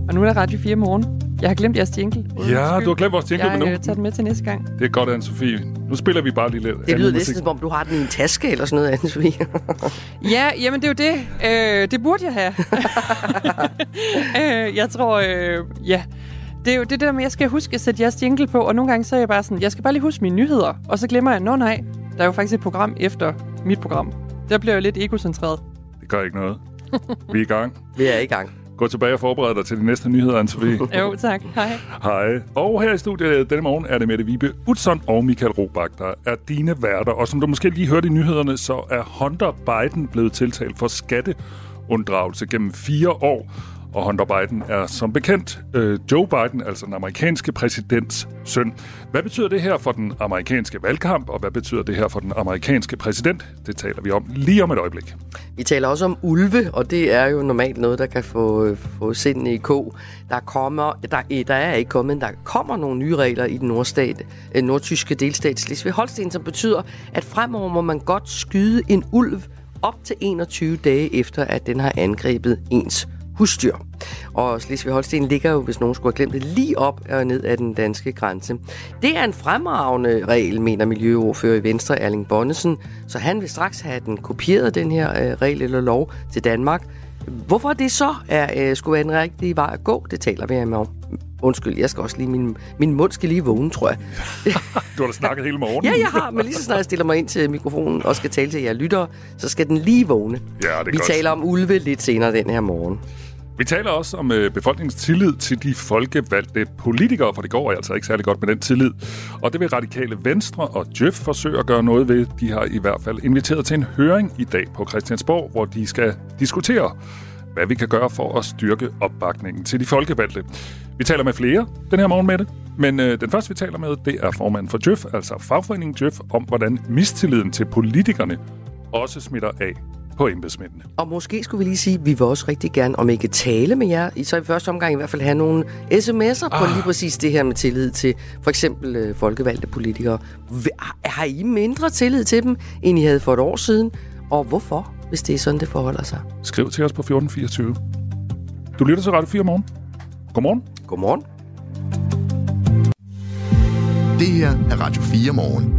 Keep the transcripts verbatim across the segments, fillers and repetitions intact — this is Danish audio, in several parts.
Og nu er der Radio fire morgen. Jeg har glemt jeres jingle. Ja, du har glemt vores jingle, jeg, men nu... Jeg tager den med til næste gang. Det er godt, Anne-Sophie. Nu spiller vi bare lige lidt. Det lyder næsten, som om du har den i en taske eller sådan noget, Anne-Sophie. Ja, jamen det er jo det. Øh, det burde jeg have. øh, jeg tror, øh, ja... Det er jo det der med, at jeg skal huske at sætte jeres jingle på, og nogle gange så er jeg bare sådan, jeg skal bare lige huske mine nyheder, og så glemmer jeg, nå nej, der er jo faktisk et program efter mit program. Der bliver jo lidt egocentreret. Det gør ikke noget. Vi er i gang. Vi er i gang. Gå tilbage og forbered dig til de næste nyheder, Anne-Sophie. Jo, tak. Hej. Hej. Og her i studiet denne morgen er det Mette Vibe Utzon og Michael Robach, der er dine værter. Og som du måske lige hørte i nyhederne, så er Hunter Biden blevet tiltalt for skatteunddragelse gennem fire år. Og Hunter Biden er som bekendt øh, Joe Biden, altså den amerikanske præsidents søn. Hvad betyder det her for den amerikanske valgkamp, og hvad betyder det her for den amerikanske præsident? Det taler vi om lige om et øjeblik. Vi taler også om ulve, og det er jo normalt noget, der kan få, få sindene i kog. Der kommer, der, der er ikke kommet, der kommer nogle nye regler i den nordstat, nordtyske delstat Slesvig-Holsten, som betyder, at fremover må man godt skyde en ulv op til enogtyve dage efter, at den har angrebet ens husdyr. Og Slesvig-Holsten ligger jo, hvis nogen skulle have glemt det, lige op og ned af den danske grænse. Det er en fremragende regel, mener miljøordfører i Venstre, Erling Bonnesen, så han vil straks have den kopieret, den her øh, regel eller lov, til Danmark. Hvorfor det så er, øh, skulle være den rigtige vej at gå, det taler vi om. Undskyld, jeg skal også lige, min, min mund skal lige vågne, tror jeg. Du har da snakket hele morgenen. Ja, jeg har, men lige så snart jeg stiller mig ind til mikrofonen og skal tale til jer lyttere, så skal den lige vågne. Ja, det er vi godt. taler om ulve lidt senere den her morgen. Vi taler også om øh, befolkningens tillid til de folkevalgte politikere, for det går altså ikke særlig godt med den tillid. Og det vil Radikale Venstre og Djøf forsøge at gøre noget ved. De har i hvert fald inviteret til en høring i dag på Christiansborg, hvor de skal diskutere, hvad vi kan gøre for at styrke opbakningen til de folkevalgte. Vi taler med flere den her morgen med det, men øh, den første vi taler med, det er formanden for Djøf, altså fagforeningen Djøf, om hvordan mistilliden til politikerne også smitter af på embedsmændene. Og måske skulle vi lige sige, at vi vil også rigtig gerne, om ikke tale med jer, så i første omgang i hvert fald have nogle sms'er på Ah. lige præcis det her med tillid til for eksempel øh, folkevalgte politikere. Har I mindre tillid til dem, end I havde for et år siden? Og hvorfor, hvis det er sådan, det forholder sig? Skriv til os på fjorten fireogtyve. Du lytter til Radio fire morgen. Godmorgen. Godmorgen. Det her er Radio fire morgen.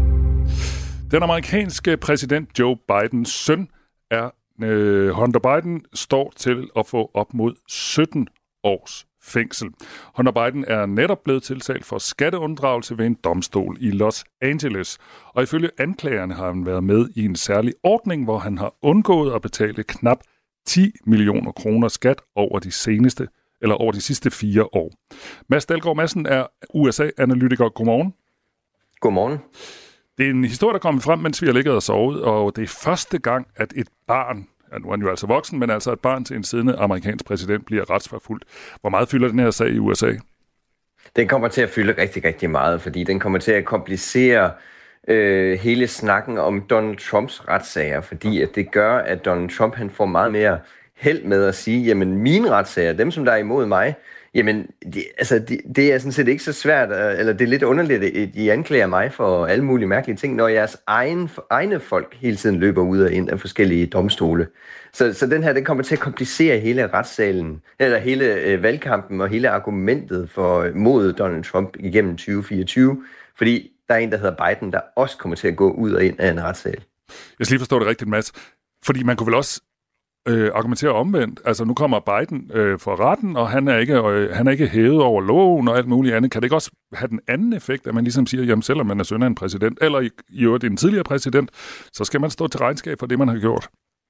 Den amerikanske præsident Joe Bidens søn er øh, Hunter Biden står til at få op mod sytten års fængsel. Hunter Biden er netop blevet tiltalt for skatteunddragelse ved en domstol i Los Angeles. Og ifølge anklagerne har han været med i en særlig ordning, hvor han har undgået at betale knap ti millioner kroner skat over de seneste eller over de sidste fire år. Mads Dahlgaard Madsen er U S A-analytiker. Godmorgen. Godmorgen. Det er en historie, der kommer frem, mens vi har ligget og sovet, og det er første gang, at et barn, ja, nu er han jo altså voksen, men altså et barn til en siddende amerikansk præsident bliver retsforfulgt. Hvor meget fylder den her sag i U S A? Den kommer til at fylde rigtig, rigtig meget, fordi den kommer til at komplicere øh, hele snakken om Donald Trumps retssager, fordi at det gør, at Donald Trump han får meget mere held med at sige, jamen mine retssager, dem som der er imod mig, jamen, det, altså, det, det er sådan set ikke så svært, eller det er lidt underligt, at I anklager mig for alle mulige mærkelige ting, når jeres egen, egne folk hele tiden løber ud og ind af forskellige domstole. Så, så den her, den kommer til at komplicere hele retssalen, eller hele øh, valgkampen og hele argumentet for mod Donald Trump igennem tyve fireogtyve, fordi der er en, der hedder Biden, der også kommer til at gå ud og ind af en retssal. Jeg skal lige forstå det rigtigt, Mads. Fordi man kunne vel også Øh, argumentere omvendt. Altså, nu kommer Biden øh, for retten, og han er, ikke, øh, han er ikke hævet over loven og alt muligt andet. Kan det ikke også have den anden effekt, at man ligesom siger, jamen selvom man er søn af en præsident, eller i, i øvrigt en tidligere præsident, så skal man stå til regnskab for det, man har gjort?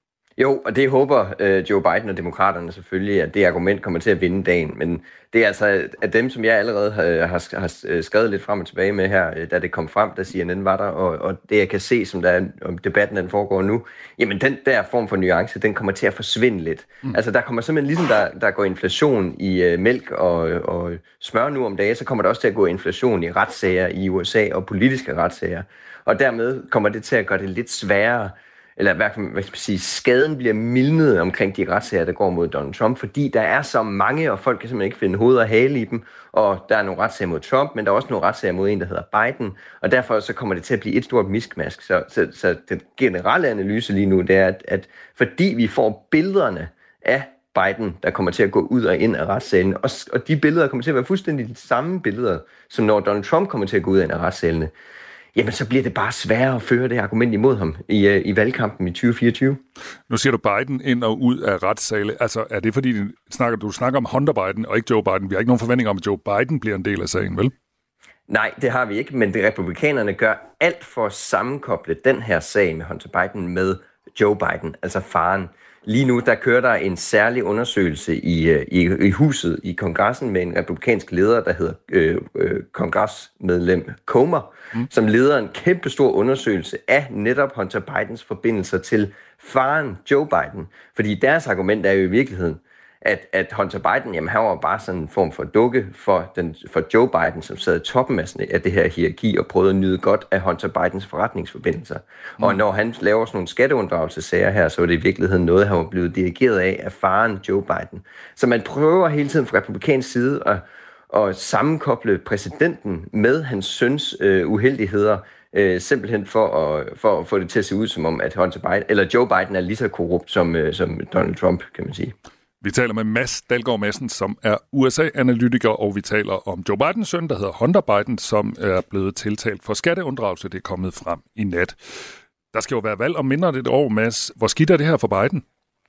Jo, og det håber øh, Joe Biden og demokraterne selvfølgelig, at det argument kommer til at vinde dagen. Men det er altså at dem, som jeg allerede har, har, har skrevet lidt frem og tilbage med her, da det kom frem, da C N N var der, og, og det jeg kan se, som der er, om debatten den foregår nu, jamen den der form for nuance, den kommer til at forsvinde lidt. Mm. Altså der kommer simpelthen, ligesom der, der går inflation i uh, mælk og, og smør nu om dagen, så kommer der også til at gå inflation i retssager i U S A og politiske retssager. Og dermed kommer det til at gøre det lidt sværere, eller hvad kan man sige, skaden bliver mildnet omkring de retssager, der går mod Donald Trump, fordi der er så mange, og folk kan simpelthen ikke finde hoved og hale i dem, og der er nogle retssager mod Trump, men der er også nogle retssager mod en, der hedder Biden, og derfor så kommer det til at blive et stort miskmask. Så, så, så den generelle analyse lige nu, det er, at, at fordi vi får billederne af Biden, der kommer til at gå ud og ind af retssalen. Og, og de billeder kommer til at være fuldstændig de samme billeder, som når Donald Trump kommer til at gå ud og ind af retssalene. Jamen, så bliver det bare sværere at føre det argument imod ham i, uh, i valgkampen i tyve fireogtyve. Nu siger du Biden ind og ud af retssale. Altså, er det fordi, du snakker, du snakker om Hunter Biden og ikke Joe Biden? Vi har ikke nogen forventning om, at Joe Biden bliver en del af sagen, vel? Nej, det har vi ikke, men det republikanerne gør alt for at sammenkoble den her sag med Hunter Biden med Joe Biden, altså faren. Lige nu, der kører der en særlig undersøgelse i, i, i huset i kongressen med en republikansk leder, der hedder øh, øh, kongresmedlem Comer, mm. som leder en kæmpe stor undersøgelse af netop Hunter Bidens forbindelser til faren Joe Biden. Fordi deres argument er jo i virkeligheden, at, at Hunter Biden, jamen han var bare sådan en form for dukke for, den, for Joe Biden, som sad i toppen af, sådan, af det her hierarki og prøvede at nyde godt af Hunter Bidens forretningsforbindelser. Mm. Og når han laver sådan nogle skatteunddragelsesager her, så er det i virkeligheden noget, han var blevet dirigeret af af faren Joe Biden. Så man prøver hele tiden fra republikansk side at, at sammenkoble præsidenten med hans søns øh, uheldigheder, øh, simpelthen for at, for at få det til at se ud som om, at Hunter Biden, eller Joe Biden er lige så korrupt som, øh, som Donald Trump, kan man sige. Vi taler med Mads Dalgaard Madsen, som er U S A-analytiker, og vi taler om Joe Bidens søn, der hedder Hunter Biden, som er blevet tiltalt for skatteunddragelse. Det er kommet frem i nat. Der skal jo være valg om mindre end et år, Mads. Hvor skidt er det her for Biden?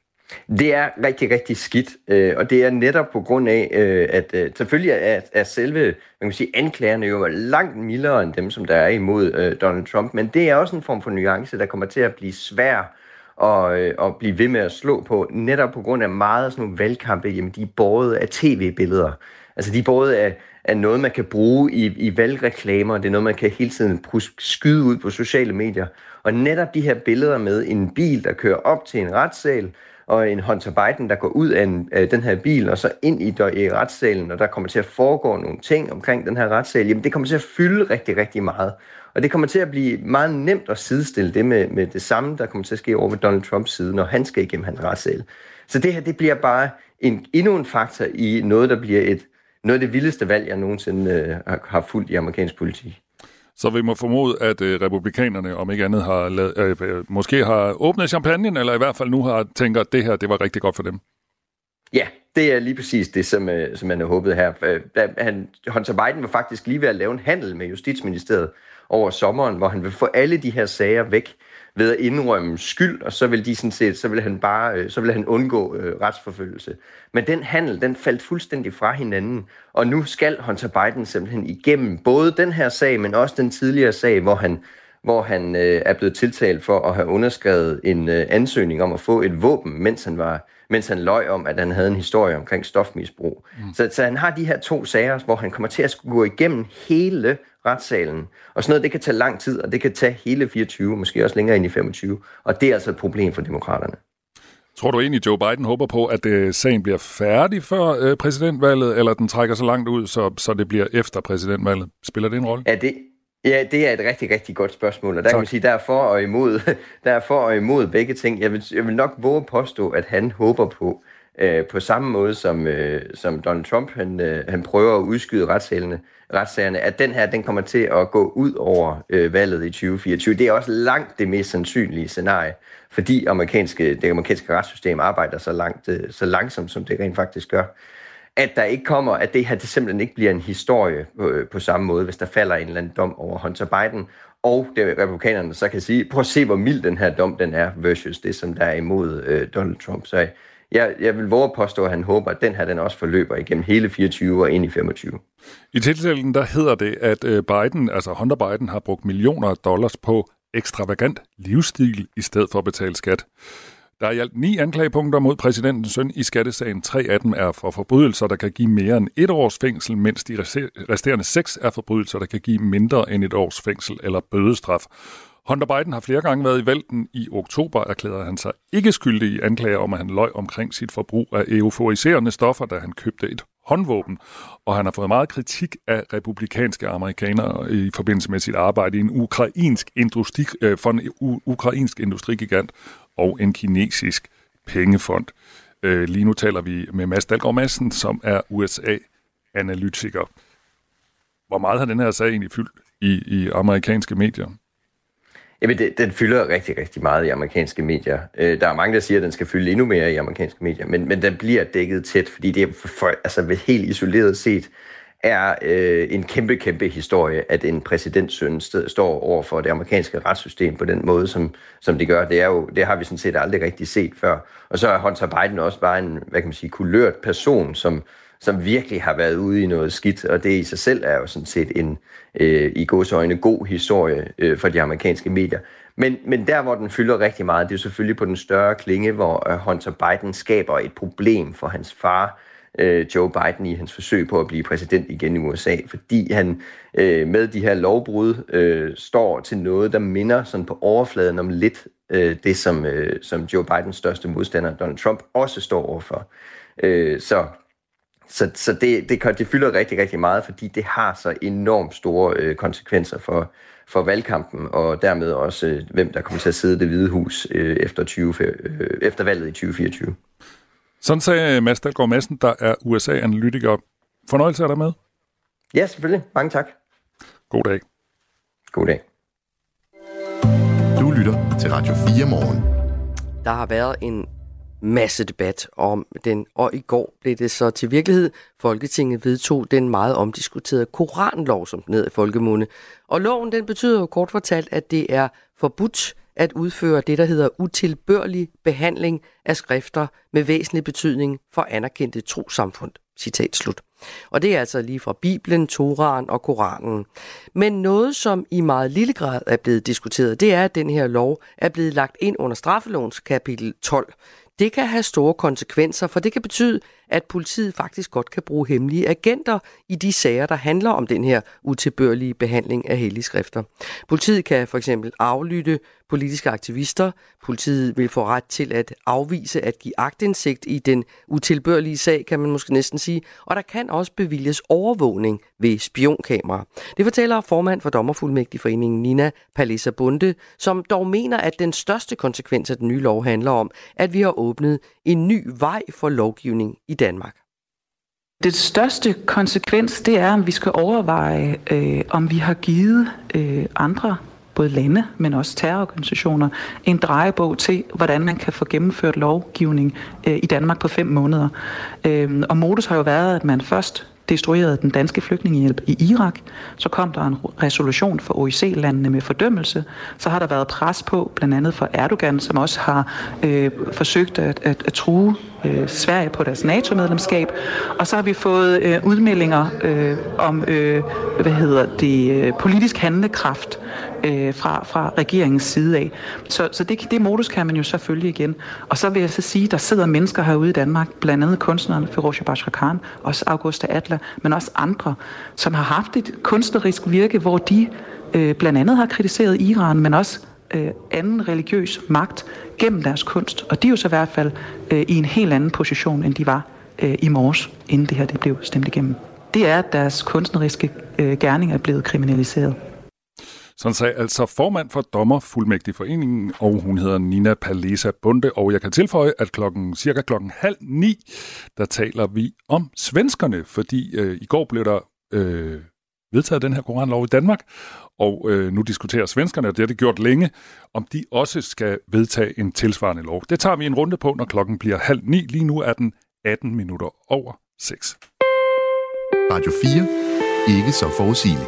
Det er rigtig, rigtig skidt, og det er netop på grund af, at selvfølgelig er, er selve man kan sige, anklagerne jo langt mildere end dem, som der er imod Donald Trump, men det er også en form for nuance, der kommer til at blive svær og, og blive ved med at slå på, netop på grund af meget af sådan nogle valgkampe, jamen de er båret af tv-billeder. Altså de er båret af, af noget, man kan bruge i, i valgreklamer, det er noget, man kan hele tiden skyde ud på sociale medier. Og netop de her billeder med en bil, der kører op til en retssal, og en Hunter Biden, der går ud af, en, af den her bil, og så ind i, der, i retssalen, og der kommer til at foregå nogle ting omkring den her retssal, jamen det kommer til at fylde rigtig, rigtig meget. Og det kommer til at blive meget nemt at sidestille det med, med det samme, der kommer til at ske over ved Donald Trumps side, når han skal igennem hans retssal. Så det her, det bliver bare en, endnu en faktor i noget, der bliver et, noget af det vildeste valg, jeg nogensinde øh, har, har fulgt i amerikansk politik. Så vi må formode, at øh, republikanerne, om ikke andet, har lavet, øh, måske har åbnet champagnen, eller i hvert fald nu har tænkt, at det her, det var rigtig godt for dem. Ja, det er lige præcis det, som, øh, som man har håbet her. Da han, Hunter Biden var faktisk lige ved at lave en handel med Justitsministeriet over sommeren, hvor han vil få alle de her sager væk ved at indrømme skyld, og så vil de sådan set, så vil han bare, så vil han undgå øh, retsforfølgelse. Men den handel, den faldt fuldstændig fra hinanden, og nu skal Hunter Biden simpelthen igennem både den her sag, men også den tidligere sag, hvor han, hvor han øh, er blevet tiltalt for at have underskrevet en øh, ansøgning om at få et våben, mens han var, mens han løj om, at han havde en historie omkring stofmisbrug. Mm. Så, så han har de her to sager, hvor han kommer til at skulle gå igennem hele retssalen. Og sådan noget, det kan tage lang tid, og det kan tage hele fireogtyve, måske også længere ind i femogtyve. Og det er altså et problem for demokraterne. Tror du egentlig, Joe Biden håber på, at øh, sagen bliver færdig før øh, præsidentvalget, eller den trækker så langt ud, så, så det bliver efter præsidentvalget? Spiller det en rolle? Ja, det, ja, det er et rigtig, rigtig godt spørgsmål. Og der tak. Kan man sige, der er for og imod, der er for og imod begge ting. Jeg vil, jeg vil nok våge at påstå, at han håber på, øh, på samme måde som, øh, som Donald Trump, han, øh, han prøver at udskyde retssagerne, retssagerne, at den her, den kommer til at gå ud over øh, valget i tyve fireogtyve. Det er også langt det mest sandsynlige scenarie, fordi amerikanske, det amerikanske retssystem arbejder så, langt, øh, så langsomt, som det rent faktisk gør. At der ikke kommer, at det her det simpelthen ikke bliver en historie på, på samme måde, hvis der falder en eller anden dom over Hunter Biden, og det republikanerne så kan sige, prøv at se, hvor mild den her dom den er, versus det, som der er imod øh, Donald Trump. Så jeg, jeg vil våge at påstå, at han håber, at den her den også forløber igennem hele fireogtyve og ind i femogtyve. I tilfælden, der hedder det, at Biden, altså Hunter Biden, har brugt millioner af dollars på ekstravagant livsstil i stedet for at betale skat. Der er i alt ni anklagepunkter mod præsidentens søn i skattesagen. Tre af dem er for forbrydelser, der kan give mere end et års fængsel, mens de resterende seks er forbrydelser, der kan give mindre end et års fængsel eller bødestraf. Hunter Biden har flere gange været i vælten. I oktober erklærede han sig ikke skyldig i anklager om, at han løj omkring sit forbrug af euforiserende stoffer, da han købte et håndvåben. Og han har fået meget kritik af republikanske amerikanere i forbindelse med sit arbejde i en ukrainsk industri, for en ukrainsk industrigigant og en kinesisk pengefond. Lige nu taler vi med Mads Dalgaard Madsen, som er U S A-analytiker. Hvor meget har den her sag egentlig fyldt i, i amerikanske medier? Jamen, det, den fylder rigtig, rigtig meget i amerikanske medier. Øh, der er mange, der siger, at den skal fylde endnu mere i amerikanske medier, men, men den bliver dækket tæt, fordi det er for, for, altså, helt isoleret set er øh, en kæmpe, kæmpe historie, at en præsidentssøn st- står over for det amerikanske retssystem på den måde, som, som det gør. Det, er jo, det har vi sådan set aldrig rigtig set før. Og så er Hunter Biden også bare en, hvad kan man sige, kulørt person, som, som virkelig har været ude i noget skidt, og det i sig selv er jo sådan set en, øh, i gåseøjne, god historie øh, for de amerikanske medier. Men, men der, hvor den fylder rigtig meget, det er selvfølgelig på den større klinge, hvor øh, Hunter Biden skaber et problem for hans far, Joe Biden, i hans forsøg på at blive præsident igen i U S A, fordi han øh, med de her lovbrud øh, står til noget, der minder sådan på overfladen om lidt øh, det, som, øh, som Joe Bidens største modstander, Donald Trump, også står overfor. Øh, så så, så det, det, det fylder rigtig, rigtig meget, fordi det har så enormt store øh, konsekvenser for, for valgkampen, og dermed også, øh, hvem der kommer til at sidde i Det Hvide Hus øh, efter, tyve, øh, efter valget i tyve fireogtyve. Sådan sagde Mads Dalgaard Madsen, der er U S A-analytiker. Fornøjelse er der med? Ja, selvfølgelig. Mange tak. God dag. God dag. Du lytter til Radio fire Morgen. Der har været en masse debat om den, og i går blev det så til virkelighed. Folketinget vedtog den meget omdiskuterede koranlov, som den hedder i folkemunde. Og loven, den betyder jo kort fortalt, at det er forbudt at udføre det, der hedder utilbørlig behandling af skrifter med væsentlig betydning for anerkendte trossamfund. Citat slut. Og det er altså lige fra Bibelen, Toraen og Koranen. Men noget, som i meget lille grad er blevet diskuteret, det er, at den her lov er blevet lagt ind under straffelovens kapitel tolv. Det kan have store konsekvenser, for det kan betyde, at politiet faktisk godt kan bruge hemmelige agenter i de sager, der handler om den her utilbørlige behandling af hellige skrifter. Politiet kan for eksempel aflytte politiske aktivister. Politiet vil få ret til at afvise at give aktindsigt i den utilbørlige sag, kan man måske næsten sige. Og der kan også bevilges overvågning ved spionkamera. Det fortæller formand for Dommerfuldmægtigforeningen Nina Palesa Bonde, som dog mener, at den største konsekvens af den nye lov handler om, at vi har åbnet en ny vej for lovgivning i Danmark. Det største konsekvens, det er, at vi skal overveje, øh, om vi har givet øh, andre, både lande, men også terrororganisationer, en drejebog til, hvordan man kan få gennemført lovgivning øh, i Danmark på fem måneder. Øh, og modus har jo været, at man først destruerede den danske flygtningehjælp i Irak. Så kom der en resolution for O I C-landene med fordømmelse. Så har der været pres på, blandt andet for Erdogan, som også har øh, forsøgt at, at, at true øh, Sverige på deres NATO-medlemskab. Og så har vi fået øh, udmeldinger øh, om øh, hvad hedder det, øh, politisk handlekraft øh, fra, fra regeringens side af. Så, så det, det modus kan man jo så følge igen. Og så vil jeg så sige, at der sidder mennesker herude i Danmark, blandt andet kunstneren Firoozeh Bazrafkan, også Augusta Adler, men også andre, som har haft et kunstnerisk virke, hvor de øh, blandt andet har kritiseret Iran, men også øh, anden religiøs magt gennem deres kunst. Og de er jo så i hvert fald øh, i en helt anden position, end de var øh, i morges, inden det her det blev stemt igennem. Det er, at deres kunstneriske øh, gerning er blevet kriminaliseret. Sådan sagde altså formand for Dommerfuldmægtigforeningen, og hun hedder Nina Palesa Bonde. Og jeg kan tilføje, at klokken, cirka klokken halv ni, der taler vi om svenskerne, fordi øh, i går blev der øh, vedtaget den her koranlov i Danmark, og øh, nu diskuterer svenskerne, og det har det gjort længe, om de også skal vedtage en tilsvarende lov. Det tager vi en runde på, når klokken bliver halv ni. Lige nu er den atten minutter over seks. Radio fire. Ikke så forudsigeligt.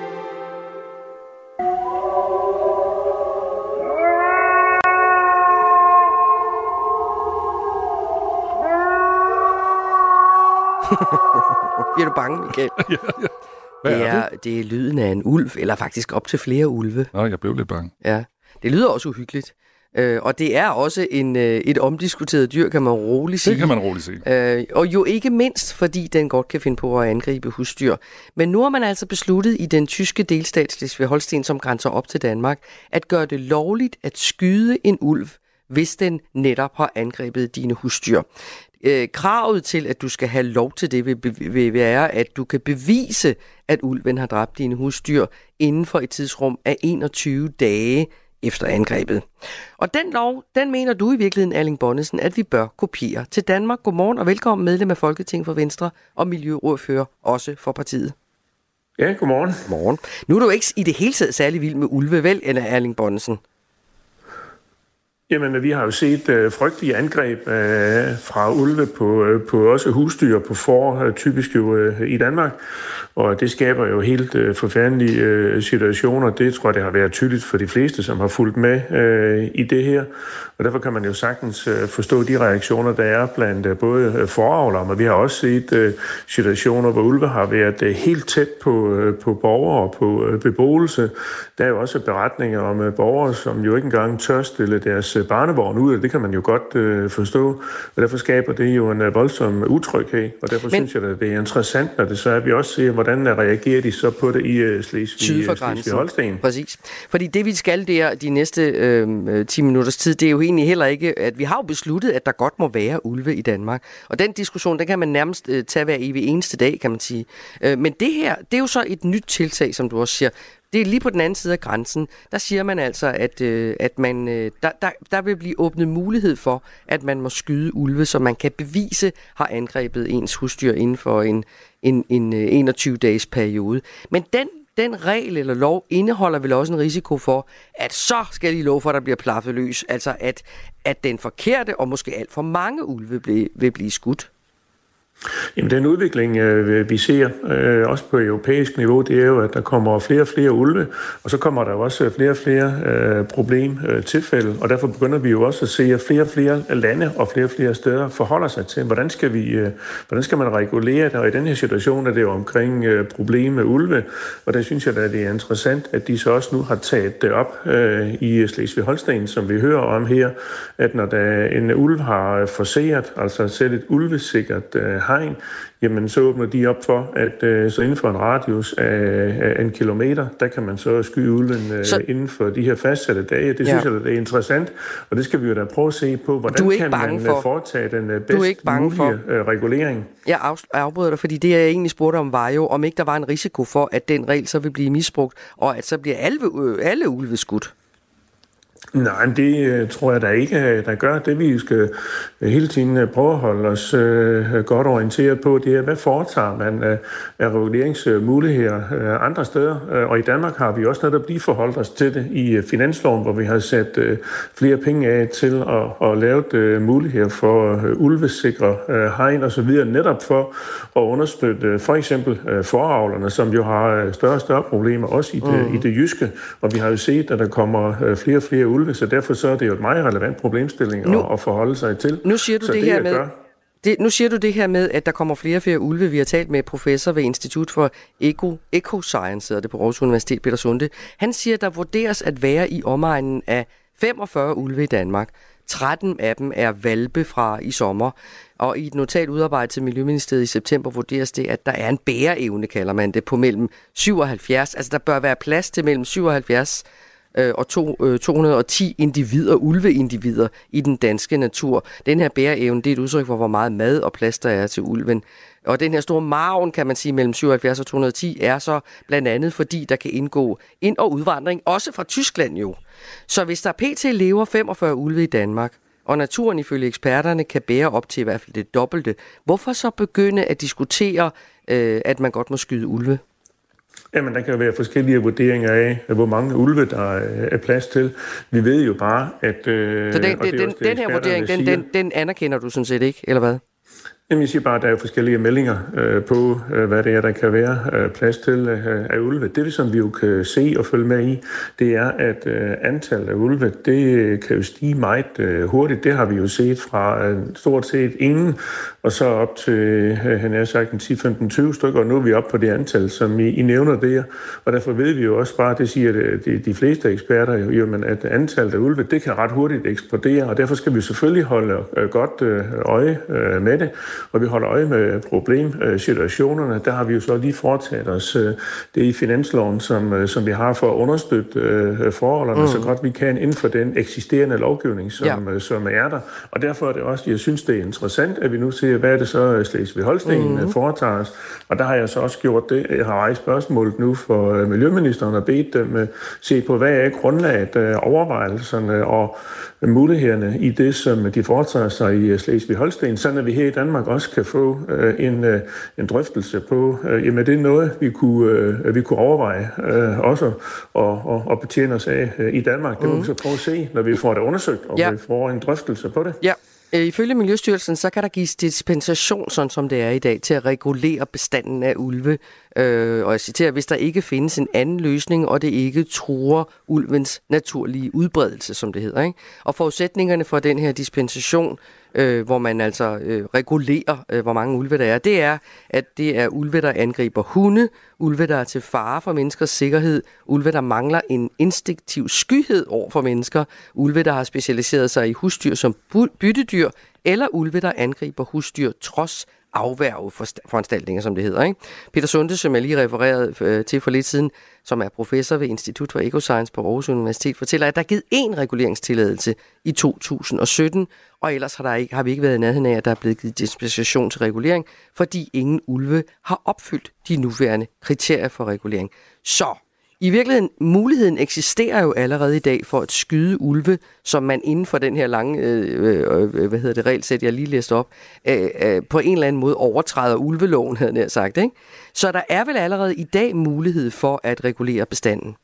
Bliver du bange, Michael? ja, ja. Hvad det, er er, det? det er lyden af en ulv, eller faktisk op til flere ulve. Nå, jeg blev lidt bange. Ja, det lyder også uhyggeligt. Øh, og det er også en, øh, et omdiskuteret dyr, kan man roligt sige. Det kan man roligt sige. Øh, og jo ikke mindst, fordi den godt kan finde på at angribe husdyr. Men nu har man altså besluttet i den tyske delstat Slesvig-Holsten, som grænser op til Danmark, at gøre det lovligt at skyde en ulv, hvis den netop har angrebet dine husdyr. Øh, kravet til, at du skal have lov til det, vil, vil være, at du kan bevise, at ulven har dræbt dine husdyr inden for et tidsrum af enogtyve dage efter angrebet. Og den lov, den mener du i virkeligheden, Erling Bonnesen, at vi bør kopiere til Danmark. Godmorgen og velkommen medlem af Folketinget for Venstre og miljøordfører også for partiet. Ja, godmorgen. Godmorgen. Nu er du ikke i det hele taget særlig vild med ulve, vel, eller Erling Bonnesen? Jamen, vi har jo set øh, frygtelige angreb øh, fra ulve på, øh, på også husdyr, på får, øh, typisk jo øh, i Danmark. Og det skaber jo helt øh, forfærdelige øh, situationer. Det tror jeg, det har været tydeligt for de fleste, som har fulgt med øh, i det her. Og derfor kan man jo sagtens øh, forstå de reaktioner, der er blandt øh, både øh, foravlere, men vi har også set øh, situationer, hvor ulve har været øh, helt tæt på, øh, på borgere og på øh, beboelse. Der er jo også beretninger om øh, borgere, som jo ikke engang tør stille deres øh, barnevogn ud, og det kan man jo godt øh, forstå. Og derfor skaber det jo en øh, voldsom utryghed, og derfor men, synes jeg, at det er interessant, når det så er, at vi også ser, hvordan reagerer de så på det i uh, Slesvig, Slesvig-Holsten. Præcis. Fordi det, vi skal der de næste øh, ti minutters tid, det er jo egentlig heller ikke, at vi har jo besluttet, at der godt må være ulve i Danmark. Og den diskussion, den kan man nærmest øh, tage hver evig eneste dag, kan man sige. Øh, men det her, det er jo så et nyt tiltag, som du også siger. Det er lige på den anden side af grænsen. Der siger man altså, at, øh, at man, øh, der, der, der vil blive åbnet mulighed for, at man må skyde ulve, så man kan bevise har angrebet ens husdyr inden for en, en, en enogtyve-dages periode. Men den, den regel eller lov indeholder vel også en risiko for, at så skal de love for, at der bliver plaffet løs. Altså at, at den forkerte og måske alt for mange ulve vil, vil blive skudt. Jamen, den udvikling, øh, vi ser, øh, også på europæisk niveau, det er jo, at der kommer flere og flere ulve, og så kommer der også flere og flere øh, problemtilfælde, og derfor begynder vi jo også at se, at flere og flere lande og flere og flere steder forholder sig til, hvordan skal, vi, øh, hvordan skal man regulere det, og i den her situation er det jo omkring øh, problem med ulve, og der synes jeg, at det er interessant, at de så også nu har taget det op øh, i Slesvig-Holsten, som vi hører om her, at når der en ulv har forseret, altså selv et ulvesikkert øh, hegn, jamen så åbner de op for, at øh, så inden for en radius af, af en kilometer, der kan man så skyde ulven øh, så... inden for de her fastsatte dage. Det synes ja. jeg, det er interessant, og det skal vi jo da prøve at se på, hvordan kan man for... foretage den øh, bedst mulige for... øh, regulering. Jeg afbryder dig, fordi det jeg egentlig spurgte om var jo, om ikke der var en risiko for, at den regel så vil blive misbrugt, og at så bliver alle, øh, alle ulve skudt. Nej, det tror jeg da ikke, der gør. Det vi skal hele tiden prøve at holde os øh, godt orienteret på, det er, hvad foretager man af, af reguleringsmuligheder øh, andre steder. Og i Danmark har vi også netop lige forholdt os til det i finansloven, hvor vi har sat øh, flere penge af til at, at lave øh, muligheder for øh, ulvesikre øh, hegn og så videre, netop for at understøtte øh, for eksempel øh, foravlerne, som jo har større og større problemer, også i det, mm. i det jyske. Og vi har jo set, at der kommer øh, flere og flere ulve, så derfor så er det jo et meget relevant problemstilling nu, at, at forholde sig til. Nu siger du det, det her med det, nu siger du det her med, at der kommer flere og flere ulve. Vi har talt med professor ved Institut for Eco, Ecoscience, hedder det på Aarhus Universitet, Peter Sunde. Han siger, at der vurderes at være i omegnen af femogfyrre ulve i Danmark. tretten af dem er hvalpe fra i sommer. Og i et notat udarbejdet til Miljøministeriet i september vurderes det, at der er en bæreevne, kalder man det, på mellem syvoghalvfjerds. Altså der bør være plads til mellem syvoghalvfjerds og to hundrede og ti individer, ulveindivider i den danske natur. Den her bæreevne, det er et udtryk for, hvor meget mad og plads der er til ulven. Og den her store margen, kan man sige, mellem syvoghalvfjerds og to hundrede og ti, er så blandt andet, fordi der kan indgå ind- og udvandring, også fra Tyskland jo. Så hvis der pt. Lever femogfyrre ulve i Danmark, og naturen ifølge eksperterne kan bære op til i hvert fald det dobbelte, hvorfor så begynde at diskutere, øh, at man godt må skyde ulve? Jamen, der kan jo være forskellige vurderinger af, hvor mange ulve, der er plads til. Vi ved jo bare, at... Øh, så den, den, det, den her vurdering, den, den, den anerkender du sådan set ikke, eller hvad? Jamen, jeg siger bare, at der er forskellige meldinger øh, på, øh, hvad det er, der kan være øh, plads til øh, af ulve. Det, som vi jo kan se og følge med i, det er, at øh, antallet af ulve, det kan jo stige meget øh, hurtigt. Det har vi jo set fra øh, stort set ingen, og så op til, øh, han har sagt, en ti femten tyve stykker, og nu er vi oppe på det antal, som I, I nævner der. Og derfor ved vi jo også bare, det siger det, de, de fleste eksperter jo, jamen, at antallet af ulve, det kan ret hurtigt eksplodere, og derfor skal vi selvfølgelig holde øh, godt øh, øje øh, med det. Og vi holder øje med problemsituationerne. Der har vi jo så lige foretaget os det i finansloven, som, som vi har for at understøtte forholdene mm. så godt vi kan inden for den eksisterende lovgivning, som, ja. som er der. Og derfor er det også, jeg synes, det er interessant, at vi nu ser, hvad er det så Slesvig-Holsten mm. foretager os. Og der har jeg så også gjort det. Jeg har rejst spørgsmålet nu for Miljøministeren og bedt dem se på, hvad er grundlaget, overvejelserne og mulighederne i det, som de foretager sig i Slesvig-Holsten, sådan at vi her i Danmark Danmark også kan få øh, en, øh, en drøftelse på, øh, jamen det er noget, vi kunne, øh, vi kunne overveje øh, også og, og, og betjene os af øh, i Danmark. Det må mm. vi så prøve at se, når vi får det undersøgt, og ja. vi får en drøftelse på det. Ja. Ifølge Miljøstyrelsen, så kan der gives dispensation, sådan som det er i dag, til at regulere bestanden af ulve. Øh, og jeg citerer, hvis der ikke findes en anden løsning, og det ikke truer ulvens naturlige udbredelse, som det hedder. Ikke? Og forudsætningerne for den her dispensation, øh, hvor man altså øh, regulerer, øh, hvor mange ulve der er, det er, at det er ulve, der angriber hunde, ulve, der er til fare for menneskers sikkerhed, ulve, der mangler en instinktiv skyhed over for mennesker, ulve, der har specialiseret sig i husdyr som byttedyr, eller ulve, der angriber husdyr trods afværgeforanstaltninger, som det hedder. Ikke? Peter Sunde, som jeg lige refererede øh, til for lidt siden, som er professor ved Institut for Ecoscience på Aarhus Universitet, fortæller, at der er givet én reguleringstilladelse i to tusind og sytten, og ellers har, der ikke, har vi ikke været i nærheden af, at der er blevet givet dispensation til regulering, fordi ingen ulve har opfyldt de nuværende kriterier for regulering. Så i virkeligheden, muligheden eksisterer jo allerede i dag for at skyde ulve, som man inden for den her lange øh, øh, hvad hedder det, regelsæt, jeg lige læste op, øh, øh, på en eller anden måde overtræder ulveloven, havde jeg sagt. Ikke? Så der er vel allerede i dag mulighed for at regulere bestanden.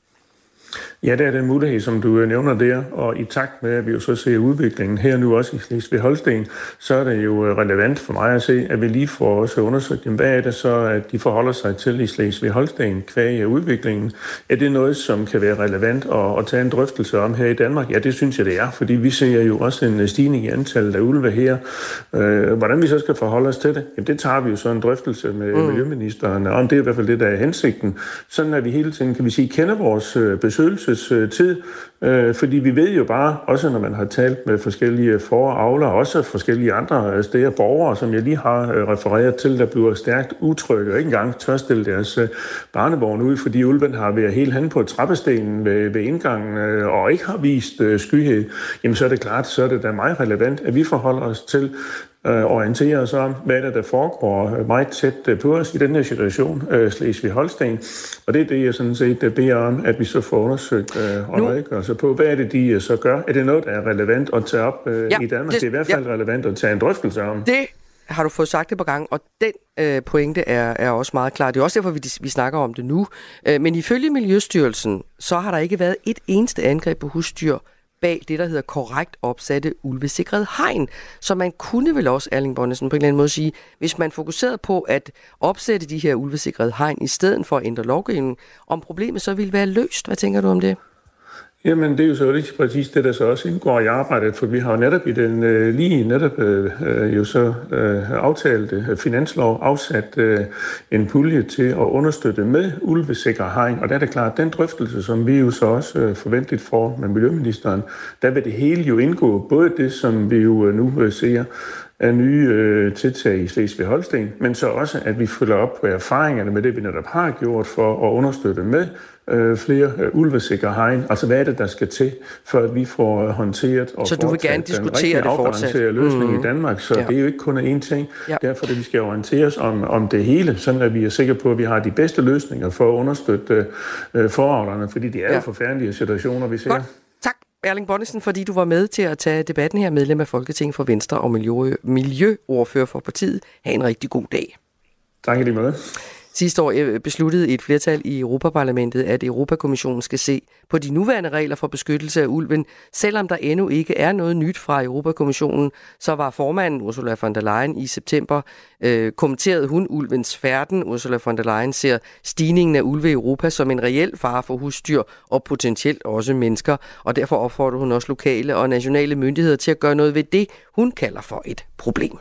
Ja, det er den mulighed, som du nævner der, og i takt med, at vi jo så ser udviklingen her nu også i Slesvig-Holsten, så er det jo relevant for mig at se, at vi lige får også undersøgt, hvad er det så, at de forholder sig til i Slesvig-Holsten kvæg udviklingen. Er det noget, som kan være relevant at, at tage en drøftelse om her i Danmark? Ja, det synes jeg, det er, fordi vi ser jo også en stigning i antallet af ulve her. Øh, hvordan vi så skal forholde os til det? Jamen, det tager vi jo så en drøftelse med mm. miljøministeren om. Det er i hvert fald det, der er hensigten. Sådan at vi hele tiden, kan vi sige, kender vores besøg tid, øh, fordi vi ved jo bare, også når man har talt med forskellige foravlere, også forskellige andre steder, borgere, som jeg lige har øh, refereret til, der bliver stærkt utrygge og ikke engang tør stille deres øh, barnevogn ud, fordi ulven har været helt hen på trappestenen ved, ved indgangen øh, og ikke har vist øh, skyhed, jamen så er det klart, så er det da meget relevant, at vi forholder os til orientere os om, hvad der, der foregår meget tæt på os i den her situation, Slesvig-Holsten. Og det er det, jeg sådan set beder om, at vi så får undersøgt og redegørelse på. Hvad er det, de så gør? Er det noget, der er relevant at tage op ja, i Danmark? Det, det er i hvert fald ja. relevant at tage en drøftelse om. Det har du fået sagt det på gang, og den øh, pointe er, er også meget klar. Det er også derfor, vi, vi snakker om det nu. Øh, men ifølge Miljøstyrelsen, så har der ikke været et eneste angreb på husdyr bag det, der hedder korrekt opsatte ulvesikrede hegn. Så man kunne vel også, Erling Bonnesen, på en eller anden måde sige, hvis man fokuserede på at opsætte de her ulvesikrede hegn, i stedet for at ændre lovgivningen, om problemet så ville være løst. Hvad tænker du om det? Jamen, det er jo så lige præcis det, der så også indgår i arbejdet, for vi har jo netop i den øh, lige netop øh, jo så øh, aftalt øh, finanslov afsat øh, en pulje til at understøtte med ulvesikre hegn, og der er det klart, den drøftelse, som vi jo så også øh, forventeligt får med miljøministeren, der vil det hele jo indgå, både det, som vi jo øh, nu øh, ser, af nye øh, tiltag i Slesvig-Holsten, men så også, at vi følger op på erfaringerne med det, vi netop har gjort for at understøtte med øh, flere øh, ulvesikre hegn. Altså, hvad er det, der skal til, for at vi får håndteret og så du vil gerne diskutere det fortsat? løsning mm. i Danmark, så ja. det er jo ikke kun én ting. Ja. Derfor det, vi skal orienteres om, om det hele, sådan at vi er sikre på, at vi har de bedste løsninger for at understøtte øh, foravlerne, fordi det er ja. jo forfærdelige situationer, vi ser. Godt. Tak, Erling Bonnesen, fordi du var med til at tage debatten her, medlem af Folketinget for Venstre og miljø- miljøordfører for partiet. Ha' en rigtig god dag. Tak i lige måde. Sidste år besluttede et flertal i Europaparlamentet, at Europakommissionen skal se på de nuværende regler for beskyttelse af ulven. Selvom der endnu ikke er noget nyt fra Europakommissionen, så var formanden Ursula von der Leyen i september øh, kommenterede hun ulvens færden. Ursula von der Leyen ser stigningen af ulve i Europa som en reel fare for husdyr og potentielt også mennesker, og derfor opfordrer hun også lokale og nationale myndigheder til at gøre noget ved det, hun kalder for et problem.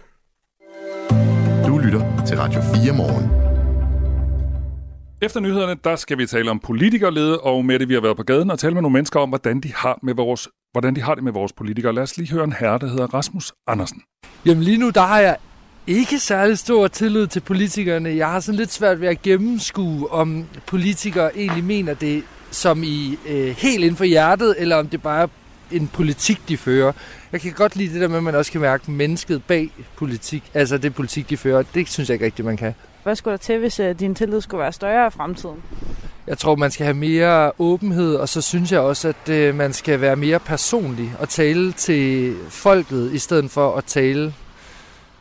Du lytter til Radio fire Morgen. Efter nyhederne, der skal vi tale om politikerlede, og med det, vi har været på gaden og tale med nogle mennesker om, hvordan de har, med vores, hvordan de har det med vores politikere. Lad os lige høre en herre, der hedder Rasmus Andersen. Jamen lige nu, der har jeg ikke særlig stor tillid til politikerne. Jeg har sådan lidt svært ved at gennemskue, om politikere egentlig mener det som i øh, helt inden for hjertet, eller om det bare er en politik, de fører. Jeg kan godt lide det der med, at man også kan mærke mennesket bag politik. Altså det politik, de fører. Det synes jeg ikke rigtigt, man kan. Hvad skulle der til, hvis uh, din tillid skulle være større i fremtiden? Jeg tror, man skal have mere åbenhed, og så synes jeg også, at uh, man skal være mere personlig og tale til folket, i stedet for at tale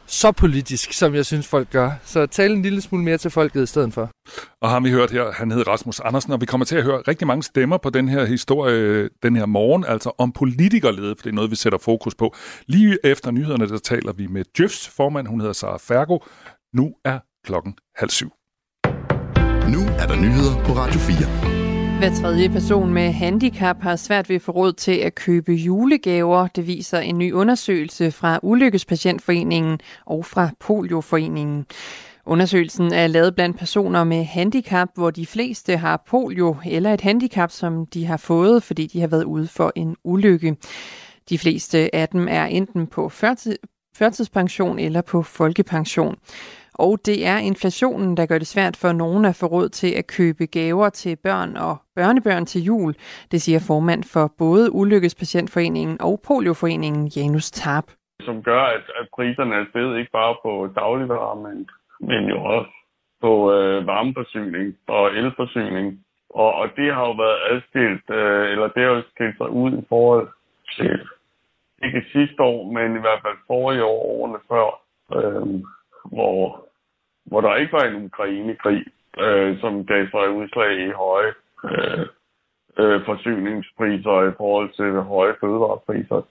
så politisk, som jeg synes, folk gør. Så tale en lille smule mere til folket i stedet for. Og har vi hørt her, han hedder Rasmus Andersen, og vi kommer til at høre rigtig mange stemmer på den her historie den her morgen, altså om politikerlede, for det er noget, vi sætter fokus på. Lige efter nyhederne, der taler vi med J Ø F's formand, hun hedder Sara Fergo. Nu er klokken halv syv. Nu er der nyheder på Radio fire. Hver tredje person med handicap har svært ved at få råd til at købe julegaver. Det viser en ny undersøgelse fra Ulykkespatientforeningen og fra Polioforeningen. Undersøgelsen er lavet blandt personer med handicap, hvor de fleste har polio eller et handicap, som de har fået, fordi de har været ude for en ulykke. De fleste af dem er enten på førtidspension eller på folkepension. Og det er inflationen, der gør det svært for nogen at få råd til at købe gaver til børn og børnebørn til jul. Det siger formand for både Ulykkespatientforeningen og Polioforeningen, Janus Tarp. Som gør, at, at priserne er steget ikke bare på dagligvarer, men, men jo også på øh, varmeforsyning og elforsyning. Og, og det har jo været adskilt, øh, eller det har jo skilt sig ud i forhold til ikke sidste år, men i hvert fald forrige år, årene før, øh, hvor, hvor der ikke var en Ukraine-krig, øh, som gav sig udslag i høje øh, øh, forsyningspriser i forhold til høje fødevarepriser.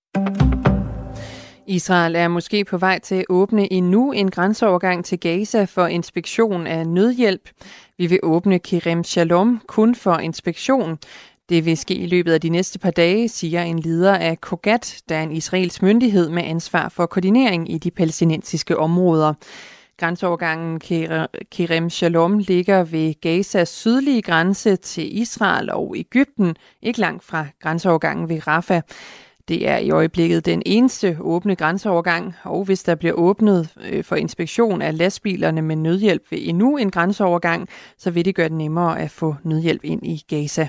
Israel er måske på vej til at åbne endnu en grænseovergang til Gaza for inspektion af nødhjælp. Vi vil åbne Kerem Shalom kun for inspektion. Det vil ske i løbet af de næste par dage, siger en leder af Kogat, der er en israelsk myndighed med ansvar for koordinering i de palæstinensiske områder. Grænseovergangen Kerem Shalom ligger ved Gazas sydlige grænse til Israel og Egypten, ikke langt fra grænseovergangen ved Rafah. Det er i øjeblikket den eneste åbne grænseovergang, og hvis der bliver åbnet for inspektion af lastbilerne med nødhjælp ved endnu en grænseovergang, så vil det gøre det nemmere at få nødhjælp ind i Gaza.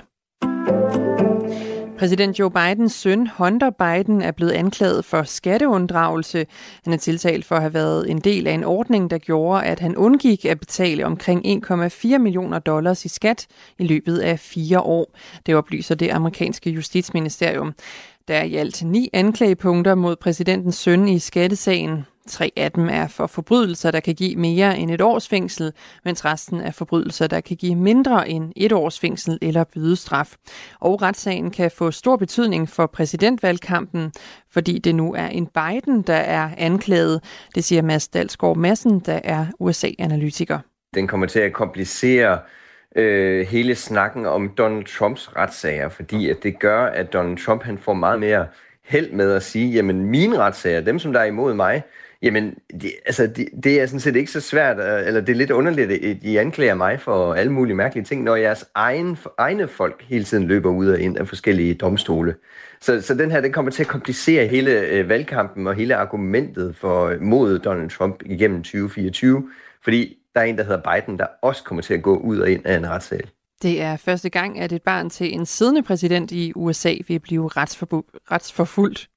Præsident Joe Bidens søn, Hunter Biden, er blevet anklaget for skatteunddragelse. Han er tiltalt for at have været en del af en ordning, der gjorde, at han undgik at betale omkring en komma fire millioner dollars i skat i løbet af fire år. Det oplyser det amerikanske justitsministerium. Der er i alt ni anklagepunkter mod præsidentens søn i skattesagen. Tre af dem er for forbrydelser, der kan give mere end et års fængsel, mens resten er forbrydelser, der kan give mindre end et års fængsel eller bødestraf. Og retssagen kan få stor betydning for præsidentvalgkampen, fordi det nu er en Biden, der er anklaget. Det siger Mads Dalsgaard Madsen, der er U S A-analytiker. Den kommer til at komplicere øh, hele snakken om Donald Trumps retssager, fordi at det gør, at Donald Trump han får meget mere held med at sige, jamen mine retssager, dem som der er imod mig, jamen, det, altså, det, det er sådan set ikke så svært, eller det er lidt underligt, at I anklager mig for alle mulige mærkelige ting, når jeres egen, egne folk hele tiden løber ud og ind af forskellige domstole. Så, så den her, den kommer til at komplicere hele øh, valgkampen og hele argumentet for mod Donald Trump igennem tyve fireogtyve, fordi der er en, der hedder Biden, der også kommer til at gå ud og ind af en retssal. Det er første gang, at et barn til en siddende præsident i U S A vil blive retsforfulgt.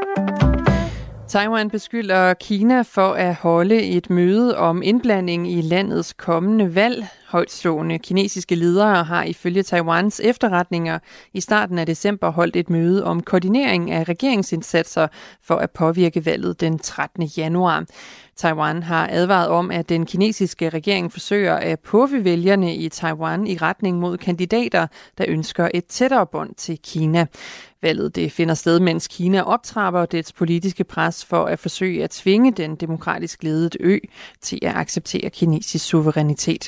Taiwan beskylder Kina for at holde et møde om indblanding i landets kommende valg. Højtstående kinesiske ledere har ifølge Taiwans efterretninger i starten af december holdt et møde om koordinering af regeringsindsatser for at påvirke valget den trettende januar. Taiwan har advaret om, at den kinesiske regering forsøger at påvirke vælgerne i Taiwan i retning mod kandidater, der ønsker et tættere bånd til Kina. Valget det finder sted, mens Kina optrapper dets politiske pres for at forsøge at tvinge den demokratisk ledede ø til at acceptere kinesisk suverænitet.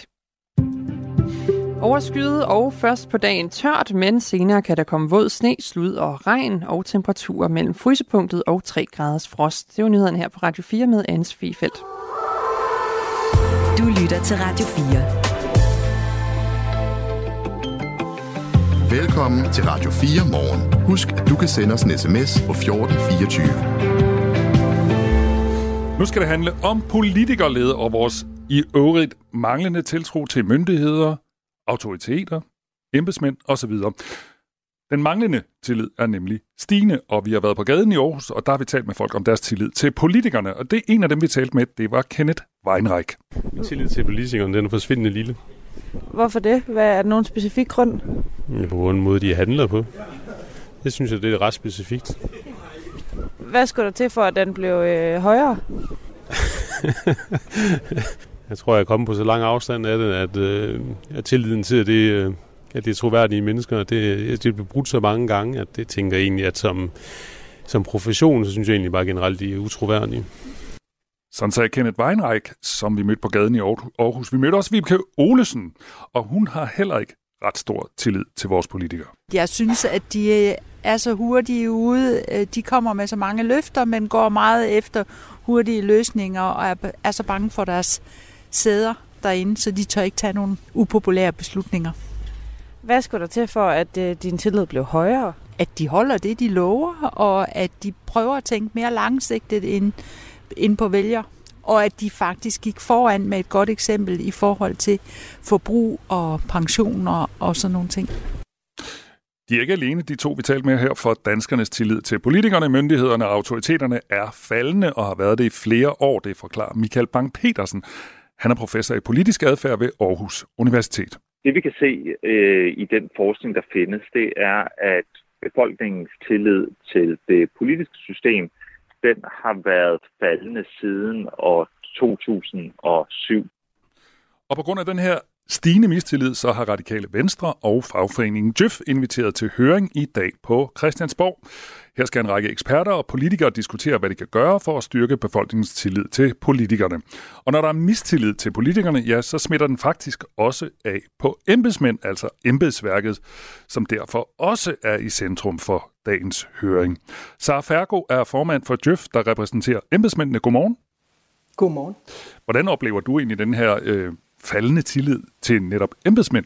Overskyet og først på dagen tørt, men senere kan der komme våd sne, slud og regn og temperaturer mellem frysepunktet og tre graders frost. Det var nyhederne her på Radio fire med Anne Sofie Feldt. Du lytter til Radio fire. Velkommen til Radio fire morgen. Husk, at du kan sende os en sms på fjorten fireogtyve. Nu skal det handle om politikerlede og vores i øvrigt manglende tiltro til myndigheder, autoriteter, embedsmænd osv. Den manglende tillid er nemlig stigende, og vi har været på gaden i Aarhus, og der har vi talt med folk om deres tillid til politikerne. Og det en af dem, vi talte med, det var Kenneth Weinreich. Min tillid til politikerne, den er forsvindende lille. Hvorfor det? Hvad er der nogen specifik grund? På grund af den måde, de handler på. Det synes jeg, det er ret specifikt. Hvad skulle der til for, at den blev øh, højere? Jeg tror, jeg er kommet på så lang afstand af det, at, øh, at tilliden til, at det, øh, at det er troværdige mennesker, det, det bliver brudt så mange gange, at det tænker jeg egentlig, at som, som profession, så synes jeg egentlig bare generelt, de er utroværdige. Sådan sagde Kenneth Weinreich, som vi mødte på gaden i Aarhus. Vi mødte også Vibeke Olesen, og hun har heller ikke ret stor tillid til vores politikere. Jeg synes, at de er så hurtige ude. De kommer med så mange løfter, men går meget efter hurtige løsninger og er så bange for deres sæder derinde, så de tør ikke tage nogle upopulære beslutninger. Hvad skulle der til for, at øh, din tillid blev højere? At de holder det, de lover, og at de prøver at tænke mere langsigtet end, end på vælger. Og at de faktisk gik foran med et godt eksempel i forhold til forbrug og pensioner og sådan nogle ting. De er ikke alene, de to, vi talte med her, for danskernes tillid til politikerne, myndighederne og autoriteterne er faldende og har været det i flere år, det forklarer Michael Bang-Petersen. Han er professor i politisk adfærd ved Aarhus Universitet. Det vi kan se øh, i den forskning, der findes, det er, at befolkningens tillid til det politiske system, den har været faldende siden år to tusind og syv. Og på grund af den her stigende mistillid, så har Radikale Venstre og fagforeningen Djøf inviteret til høring i dag på Christiansborg. Her skal en række eksperter og politikere diskutere, hvad de kan gøre for at styrke befolkningens tillid til politikerne. Og når der er mistillid til politikerne, ja, så smitter den faktisk også af på embedsmænd, altså embedsværket, som derfor også er i centrum for dagens høring. Sara Fergo er formand for Djøf, der repræsenterer embedsmændene. Godmorgen. Godmorgen. Hvordan oplever du egentlig den her øh, faldende tillid til netop embedsmænd?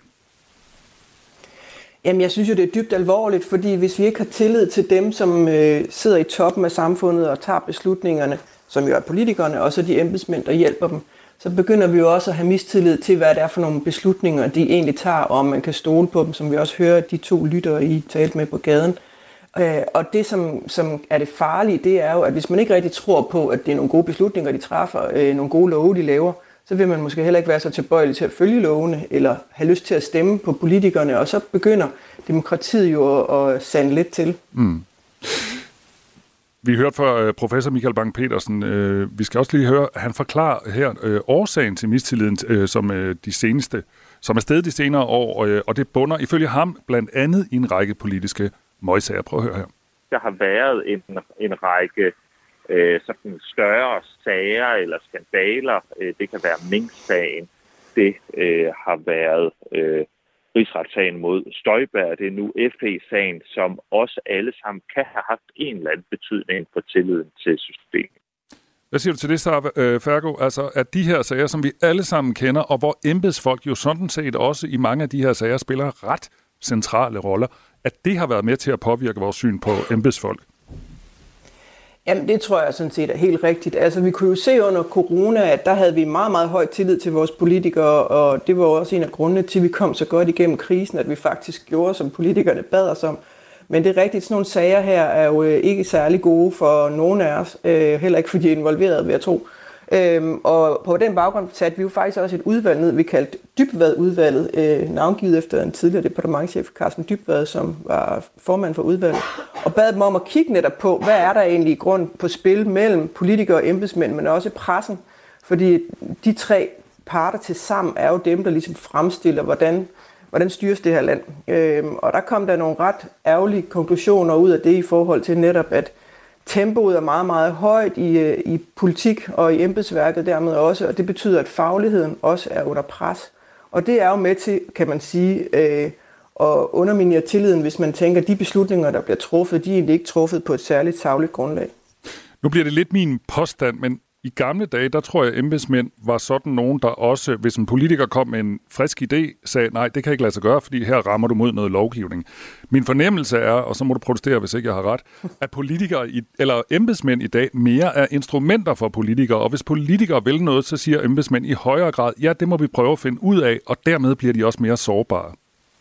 Jamen, jeg synes jo, det er dybt alvorligt, fordi hvis vi ikke har tillid til dem, som øh, sidder i toppen af samfundet og tager beslutningerne, som jo er politikerne, og så de embedsmænd, der hjælper dem, så begynder vi jo også at have mistillid til, hvad det er for nogle beslutninger, de egentlig tager, og om man kan stole på dem, som vi også hører de to lyttere, I talte med på gaden. Øh, og det, som, som er det farlige, det er jo, at hvis man ikke rigtig tror på, at det er nogle gode beslutninger, de træffer, øh, nogle gode love, de laver, så vil man måske heller ikke være så tilbøjelig til at følge lovene, eller have lyst til at stemme på politikerne, og så begynder demokratiet jo at, at sande lidt til. Mm. Vi hørte fra uh, professor Michael Bang-Petersen. Uh, vi skal også lige høre, han forklarer her uh, årsagen til mistilliden, uh, som uh, de seneste, som er steget de senere år, uh, og det bunder ifølge ham blandt andet i en række politiske møgsager. Prøv at høre her. Der har været en, en række øh, sådan større sager eller skandaler. Øh, det kan være Mink-sagen. Det øh, har været øh, rigsretssagen mod Støjberg. Det er nu F E-sagen, som også alle sammen kan have haft en eller anden betydning for tilliden til systemet. Hvad siger du til det, Sara Fergo? Altså, at de her sager, som vi alle sammen kender, og hvor embedsfolk jo sådan set også i mange af de her sager spiller ret centrale roller, at det har været med til at påvirke vores syn på embedsfolk? Jamen, det tror jeg sådan set er helt rigtigt. Altså, vi kunne jo se under corona, at der havde vi meget, meget høj tillid til vores politikere, og det var også en af grundene til, at vi kom så godt igennem krisen, at vi faktisk gjorde, som politikerne bad os om. Men det er rigtigt, sådan nogle sager her er jo ikke særlig gode for nogen af os, heller ikke fordi de er involveret, vil jeg tro. Øhm, og på den baggrund satte vi jo faktisk også et udvalg ned, vi kaldte Dybvad-udvalget, øh, navngivet efter en tidligere departementschef, Carsten Dybvad, som var formand for udvalget, og bad dem om at kigge netop på, hvad er der egentlig i grund på spil mellem politikere og embedsmænd, men også pressen, fordi de tre parter til sammen er jo dem, der ligesom fremstiller, hvordan, hvordan styres det her land. Øhm, og der kom der nogle ret ærgerlige konklusioner ud af det i forhold til netop, at tempoet er meget, meget højt i, i politik og i embedsværket dermed også, og det betyder, at fagligheden også er under pres. Og det er jo med til, kan man sige, øh, at underminere tilliden, hvis man tænker, at de beslutninger, der bliver truffet, de er egentlig ikke truffet på et særligt sagligt grundlag. Nu bliver det lidt min påstand, men i gamle dage, der tror jeg, at embedsmænd var sådan nogen, der også, hvis en politiker kom med en frisk idé, sagde, nej, det kan ikke lade sig gøre, fordi her rammer du mod noget lovgivning. Min fornemmelse er, og så må du protestere, hvis ikke jeg har ret, at politikere i, eller embedsmænd i dag mere er instrumenter for politikere, og hvis politikere vil noget, så siger embedsmænd i højere grad, ja, det må vi prøve at finde ud af, og dermed bliver de også mere sårbare.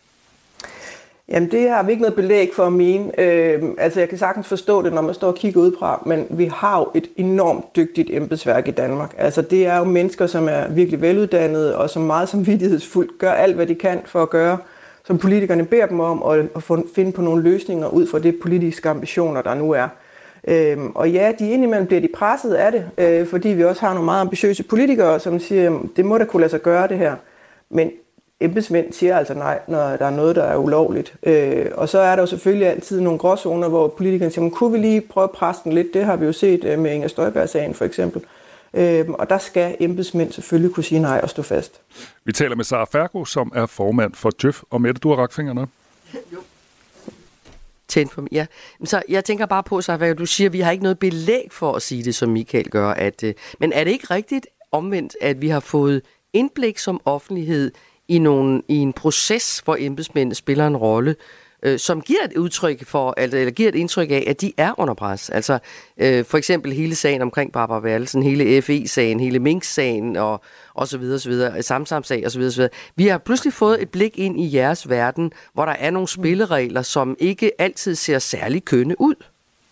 Jamen, det har vi ikke noget belæg for at mene. Øh, altså, jeg kan sagtens forstå det, når man står og kigger udefra, men vi har jo et enormt dygtigt embedsværk i Danmark. Altså, det er jo mennesker, som er virkelig veluddannede, og som meget samvittighedsfuldt gør alt, hvad de kan for at gøre, som politikerne beder dem om, og, og finde på nogle løsninger ud fra det politiske ambitioner, der nu er. Øhm, og ja, de indimellem bliver de presset af det, øh, fordi vi også har nogle meget ambitiøse politikere, som siger, det må da kunne lade sig gøre det her. Men embedsmænd siger altså nej, når der er noget, der er ulovligt. Øh, og så er der jo selvfølgelig altid nogle gråzoner, hvor politikerne siger, kunne vi lige prøve at presse den lidt? Det har vi jo set øh, med Inger Støjberg-sagen for eksempel. Øh, og der skal embedsmænd selvfølgelig kunne sige nej og stå fast. Vi taler med Sara Fergo, som er formand for J Ø F. Og Mette, du har rakt fingrene op. Jo. For, ja. Så jeg tænker bare på, så hvad du siger, vi har ikke noget belæg for at sige det, som Michael gør. At, øh, men er det ikke rigtigt omvendt, at vi har fået indblik som offentlighed i, nogle, i en proces, hvor embedsmændene spiller en rolle, øh, som giver et udtryk for, eller, eller giver et indtryk af, at de er under pres. Altså øh, for eksempel hele sagen omkring Barbara Bertelsen, hele F E-sagen, hele Mink-sagen og, og så videre, så videre, Samsam-sag og så videre, så videre. Vi har pludselig fået et blik ind i jeres verden, hvor der er nogle spilleregler, som ikke altid ser særlig kønne ud.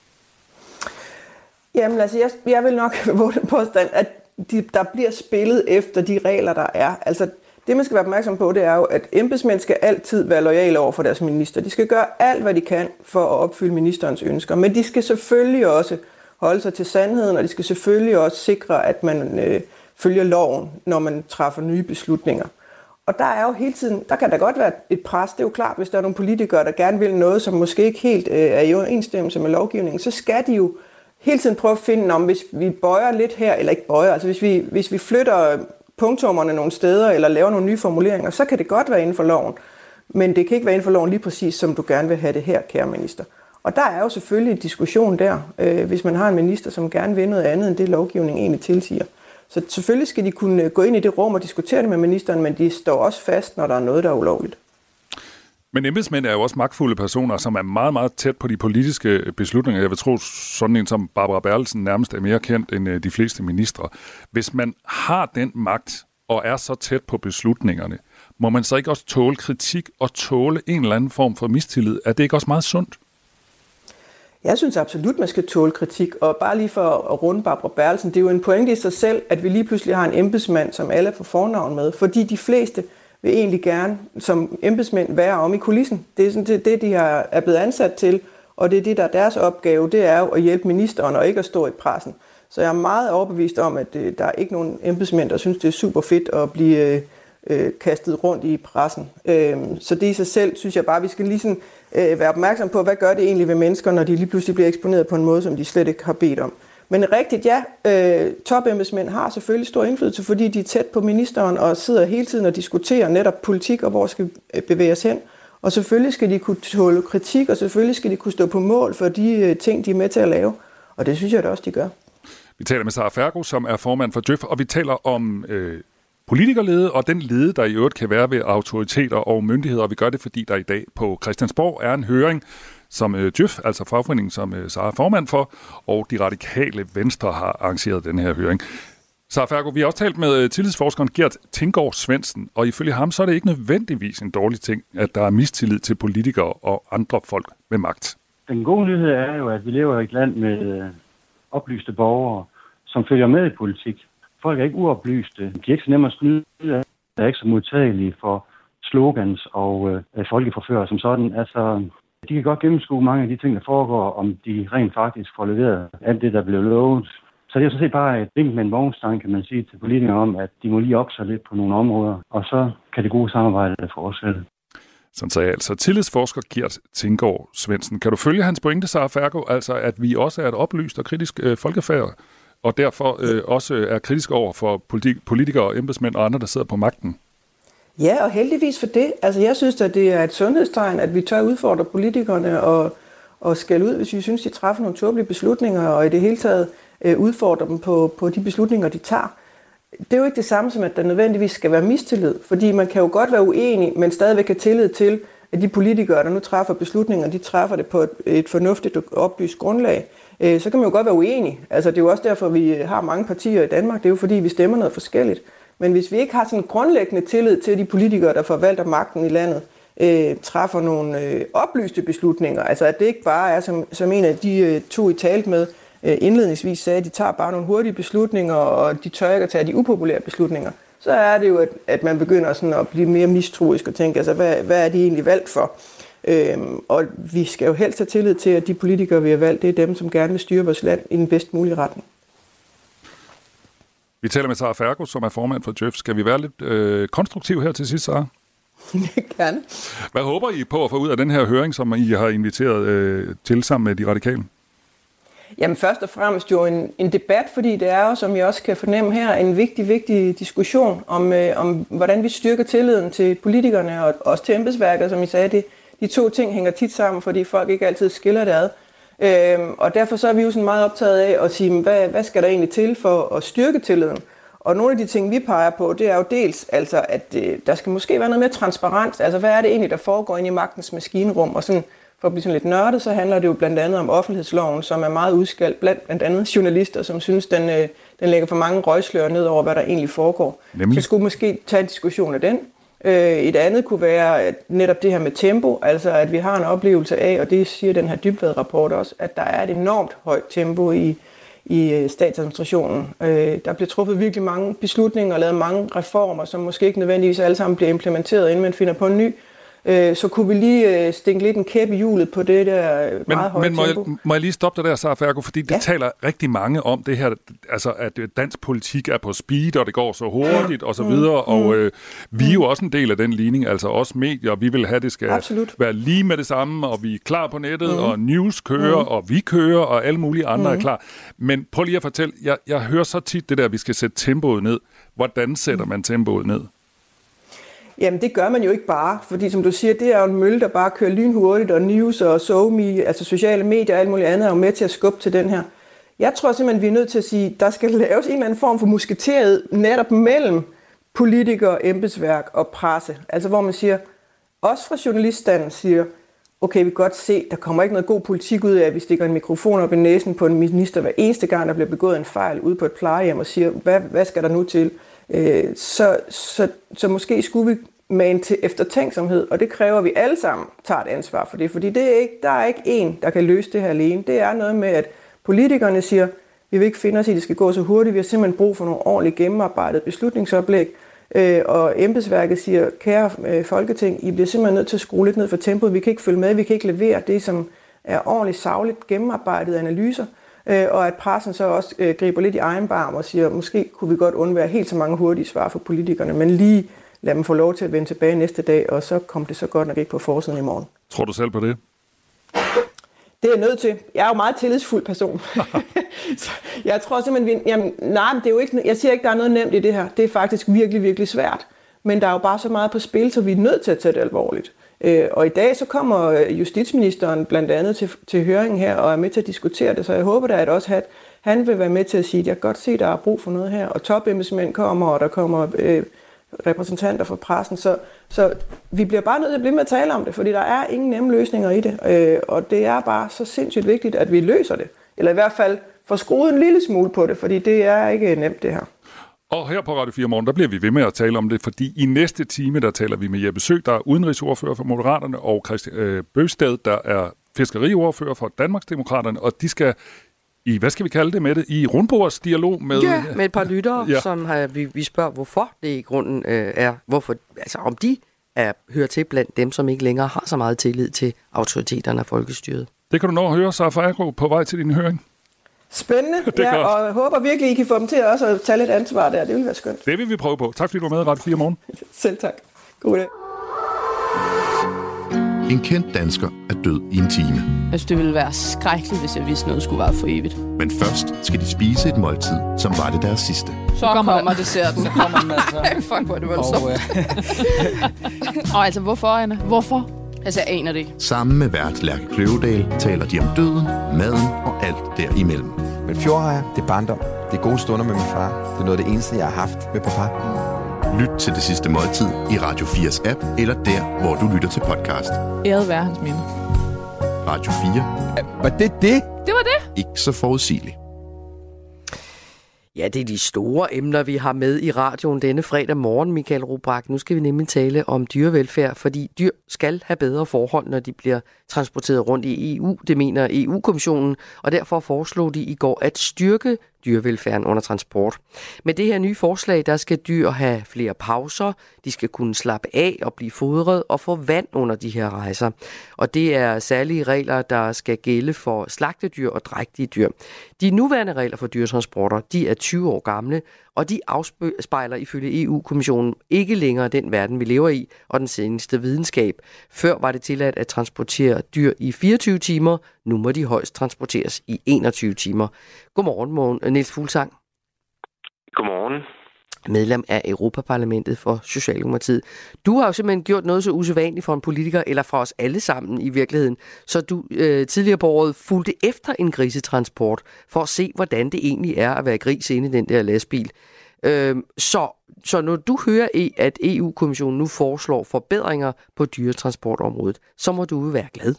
Jamen altså, jeg, jeg vil nok våge den påstand, at de, der bliver spillet efter de regler, der er. Altså, det man skal være opmærksom på, det er jo, at embedsmænd skal altid være loyale over for deres minister. De skal gøre alt, hvad de kan for at opfylde ministerens ønsker. Men de skal selvfølgelig også holde sig til sandheden, og de skal selvfølgelig også sikre, at man øh, følger loven, når man træffer nye beslutninger. Og der er jo hele tiden, der kan der godt være et pres. Det er jo klart, hvis der er nogle politikere, der gerne vil noget, som måske ikke helt øh, er i overensstemmelse med lovgivningen, så skal de jo hele tiden prøve at finde, om hvis vi bøjer lidt her, eller ikke bøjer, altså hvis vi, hvis vi flytter punktummerne nogle steder, eller laver nogle nye formuleringer, så kan det godt være inden for loven. Men det kan ikke være inden for loven lige præcis, som du gerne vil have det her, kære minister. Og der er jo selvfølgelig en diskussion der, øh, hvis man har en minister, som gerne vil noget andet, end det lovgivningen egentlig tilsiger. Så selvfølgelig skal de kunne gå ind i det rum og diskutere det med ministeren, men de står også fast, når der er noget, der er ulovligt. Men embedsmænd er jo også magtfulde personer, som er meget, meget tæt på de politiske beslutninger. Jeg vil tro, sådan en som Barbara Bertelsen nærmest er mere kendt end de fleste ministre. Hvis man har den magt og er så tæt på beslutningerne, må man så ikke også tåle kritik og tåle en eller anden form for mistillid? Er det ikke også meget sundt? Jeg synes absolut, man skal tåle kritik, og bare lige for at runde Barbara Bertelsen, det er jo en pointe i sig selv, at vi lige pludselig har en embedsmand, som alle får fornavn med, fordi de fleste vil egentlig gerne som embedsmænd være om i kulissen. Det er sådan, det, det, de har, er blevet ansat til, og det er det, der er deres opgave, det er jo at hjælpe ministeren og ikke at stå i pressen. Så jeg er meget overbevist om, at der er ikke nogen embedsmænd, der synes, det er super fedt at blive øh, kastet rundt i pressen. Øh, så det i sig selv, synes jeg bare, vi skal lige sådan, øh, være opmærksom på, hvad gør det egentlig ved mennesker, når de lige pludselig bliver eksponeret på en måde, som de slet ikke har bedt om. Men rigtigt, ja, øh, topembedsmænd har selvfølgelig stor indflydelse, fordi de er tæt på ministeren og sidder hele tiden og diskuterer netop politik og hvor skal bevæge os hen. Og selvfølgelig skal de kunne tåle kritik, og selvfølgelig skal de kunne stå på mål for de øh, ting, de er med til at lave. Og det synes jeg da også, de gør. Vi taler med Sara Fergo, som er formand for J Ø F, og vi taler om øh, politikerlede og den lede, der i øvrigt kan være ved autoriteter og myndigheder. Og vi gør det, fordi der i dag på Christiansborg er en høring, som øh, J Ø F, altså fagforeningen, som øh, Sara er formand for, og de radikale Venstre har arrangeret den her høring. Sara Fergo, vi har også talt med øh, tillidsforskeren Gert Tinggaard Svendsen, og ifølge ham, så er det ikke nødvendigvis en dårlig ting, at der er mistillid til politikere og andre folk med magt. Den gode nyhed er jo, at vi lever i et land med øh, oplyste borgere, som følger med i politik. Folk er ikke uoplyste. De er ikke så nemme at snyde af. Der er ikke så modtagelige for slogans og øh, folkeforfører som sådan. Altså, de kan godt gennemskue mange af de ting, der foregår, om de rent faktisk får leveret alt det, der blev lovet. Så det er sådan set bare et vink med en vognstang, kan man sige, til politikere om, at de må lige op sig lidt på nogle områder, og så kan det gode samarbejde fortsætte. Sådan sagde altså tillidsforsker Gert Tinggaard Svendsen. Kan du følge hans pointe, Sara Fergo, altså at vi også er et oplyst og kritisk øh, folkefærd, og derfor øh, også er kritisk over for politi- politikere og embedsmænd og andre, der sidder på magten? Ja, og heldigvis for det. Altså, jeg synes, at det er et sundhedstegn, at vi tør udfordre politikerne og, og skælde ud, hvis vi synes, de træffer nogle tåbelige beslutninger, og i det hele taget øh, udfordre dem på, på de beslutninger, de tager. Det er jo ikke det samme som, at der nødvendigvis skal være mistillid, fordi man kan jo godt være uenig, men stadigvæk have tillid til, at de politikere, der nu træffer beslutninger, de træffer det på et, et fornuftigt og oplyst grundlag. Øh, så kan man jo godt være uenig. Altså, det er jo også derfor, vi har mange partier i Danmark. Det er jo fordi, vi stemmer noget forskelligt. Men hvis vi ikke har sådan en grundlæggende tillid til, at de politikere, der forvalter magten i landet, øh, træffer nogle øh, oplyste beslutninger, altså at det ikke bare er, som, som en af de øh, to, I talte med øh, indledningsvis sagde, at de tager bare nogle hurtige beslutninger, og de tør ikke at tage de upopulære beslutninger, så er det jo, at, at man begynder sådan at blive mere mistroisk og tænke, altså hvad, hvad er de egentlig valgt for? Øhm, og vi skal jo helst have tillid til, at de politikere, vi har valgt, det er dem, som gerne vil styre vores land i den bedst mulige retning. Vi taler med Sara Fergo, som er formand for Djøf. Skal vi være lidt øh, konstruktiv her til sidst, Sara? Gerne. Hvad håber I på at få ud af den her høring, som I har inviteret øh, til sammen med de radikale? Jamen først og fremmest jo en, en debat, fordi det er jo, som jeg også kan fornemme her, en vigtig, vigtig diskussion om, øh, om hvordan vi styrker tilliden til politikerne og også til embedsværket, som I sagde. Det, de to ting hænger tit sammen, fordi folk ikke altid skiller det ad. Øhm, og derfor så er vi jo sådan meget optaget af at sige, hvad, hvad skal der egentlig til for at styrke tilliden? Og nogle af de ting, vi peger på, det er jo dels, altså, at øh, der skal måske være noget mere transparens. Altså, hvad er det egentlig, der foregår inde i magtens maskinrum? Og sådan, for at blive sådan lidt nørdet, så handler det jo blandt andet om offentlighedsloven, som er meget udskældt blandt, blandt andet journalister, som synes, den, øh, den lægger for mange røgslør ned over, hvad der egentlig foregår. Nemlig. Så skulle måske tage en diskussion af den. Øh, et andet kunne være at netop det her med tempo, altså at vi har en oplevelse af, og det siger den her Dybvad-rapport også, at der er et enormt højt tempo i i statsadministrationen. Øh, der bliver truffet virkelig mange beslutninger og lavet mange reformer, som måske ikke nødvendigvis alle sammen bliver implementeret, inden man finder på en ny. Øh, så kunne vi lige øh, stikke lidt en kæp i hjulet på det der men, meget høje men må tempo. Men må jeg lige stoppe dig der, Sara Fergo, fordi det ja. taler rigtig mange om det her, altså at dansk politik er på speed, og det går så hurtigt, og så mm. videre, mm. og øh, vi er jo også en del af den ligning, altså også medier, vi vil have, det skal Absolut. være lige med det samme, og vi er klar på nettet, mm. og news kører, mm. og vi kører, og alle mulige andre mm. er klar. Men prøv lige at fortælle, jeg, jeg hører så tit det der, at vi skal sætte tempoet ned. Hvordan sætter man tempoet ned? Jamen, det gør man jo ikke bare, fordi som du siger, det er jo en mølle, der bare kører lynhurtigt, og news og SoMe, altså sociale medier og alt muligt andet, er jo med til at skubbe til den her. Jeg tror simpelthen, vi er nødt til at sige, at der skal laves en eller anden form for musketeret netop mellem politikere, embedsværk og presse. Altså hvor man siger, også fra journaliststanden siger, okay, vi kan godt se, der kommer ikke noget god politik ud af, at vi stikker en mikrofon op i næsen på en minister hver eneste gang, der bliver begået en fejl ude på et plejehjem og siger, hvad, hvad skal der nu til? Så, så, så måske skulle vi mane til eftertænksomhed, og det kræver, at vi alle sammen tager et ansvar for det, fordi det er ikke, der er ikke en, der kan løse det her alene. Det er noget med, at politikerne siger, vi vil ikke finde os i, at det skal gå så hurtigt, vi har simpelthen brug for nogle ordentligt gennemarbejdet beslutningsoplæg, og embedsværket siger, kære Folketing, I bliver simpelthen nødt til at skrue lidt ned for tempoet, vi kan ikke følge med, vi kan ikke levere det, som er ordentligt sagligt gennemarbejdet analyser, og at pressen så også øh, griber lidt i egen barm og siger, måske kunne vi godt undvære helt så mange hurtige svar for politikerne, men lige lad dem få lov til at vende tilbage næste dag, og så kom det så godt nok ikke på forsiden i morgen. Tror du selv på det? Det er jeg nødt til. Jeg er jo en meget tillidsfuld person. Så jeg tror simpelthen, vi, jamen, nej, det er jo ikke, jeg siger ikke, der er noget nemt i det her. Det er faktisk virkelig, virkelig svært. Men der er jo bare så meget på spil, så vi er nødt til at tage det alvorligt. Og i dag så kommer justitsministeren blandt andet til, til høringen her og er med til at diskutere det, så jeg håber da, at også at han vil være med til at sige, at jeg kan godt se, at der er brug for noget her, og topembedsmænd kommer, og der kommer øh, repræsentanter fra pressen, så, så vi bliver bare nødt til at blive med at tale om det, fordi der er ingen nemme løsninger i det, øh, og det er bare så sindssygt vigtigt, at vi løser det, eller i hvert fald får skruet en lille smule på det, fordi det er ikke nemt det her. Og her på Radio fire Morgen, der bliver vi ved med at tale om det, fordi i næste time, der taler vi med Jeppe Søe, der er udenrigsordfører for Moderaterne, og Christian øh, Bøgsted, der er fiskeriordfører for Danmarksdemokraterne, og de skal i, hvad skal vi kalde det med det, i rundbordsdialog med... Ja, med et par lyttere, ja. som har, vi, vi spørger, hvorfor det i grunden øh, er, hvorfor, altså om de er, hører til blandt dem, som ikke længere har så meget tillid til autoriteterne af folkestyret. Det kan du nå at høre, Sara Fergo, på vej til din høring. Spændende, ja, og jeg håber virkelig, I kan få dem til også at tage lidt ansvar der. Det vil være skønt. Det vil vi prøve på. Tak fordi du var med i Radio fire Morgen. Selv tak. God dag. En kendt dansker er død i en time. Jeg synes, det ville være skrækkeligt, hvis jeg vidste noget skulle være for evigt. Men først skal de spise et måltid, som var det deres sidste. Så kommer, kommer desserten. Så kommer den altså. Fuck, hvor er det voldsomt. Og, øh. og altså, hvorfor, Anna? Hvorfor? Altså, jeg aner det ikke. Sammen med vært Lærke Kløvedal taler de om døden, maden og alt derimellem. Men fjordrejer, det er barndom. Det er gode stunder med min far. Det er noget af det eneste, jeg har haft med papa. Lyt til Det Sidste Måltid i Radio fires app, eller der, hvor du lytter til podcast. Æret være hans minde. Radio fire. Var det det? Det var det. Ikke så forudsigeligt. Ja, det er de store emner, vi har med i radioen denne fredag morgen, Michael Robach. Nu skal vi nemlig tale om dyrevelfærd, fordi dyr skal have bedre forhold, når de bliver transporteret rundt i E U. Det mener E U-kommissionen, og derfor foreslog de i går at styrke dyrevelfærden under transport. Med det her nye forslag, der skal dyr have flere pauser, de skal kunne slappe af og blive fodret og få vand under de her rejser. Og det er særlige regler, der skal gælde for slagtedyr og drægtige dyr. De nuværende regler for dyretransporter, de er tyve år gamle, og de afspejler ifølge E U-kommissionen ikke længere den verden, vi lever i, og den seneste videnskab. Før var det tilladt at transportere dyr i fireogtyve timer, nu må de højst transporteres i enogtyve timer. Godmorgen, Niels Fuglsang. Godmorgen. Medlem af Europaparlamentet for Socialdemokratiet. Du har jo simpelthen gjort noget så usædvanligt for en politiker, eller for os alle sammen i virkeligheden, så du øh, tidligere på året fulgte efter en grisetransport, for at se, hvordan det egentlig er at være gris inde i den der lastbil. Øh, så, så når du hører, at E U-kommissionen nu foreslår forbedringer på dyretransportområdet, så må du jo være glad.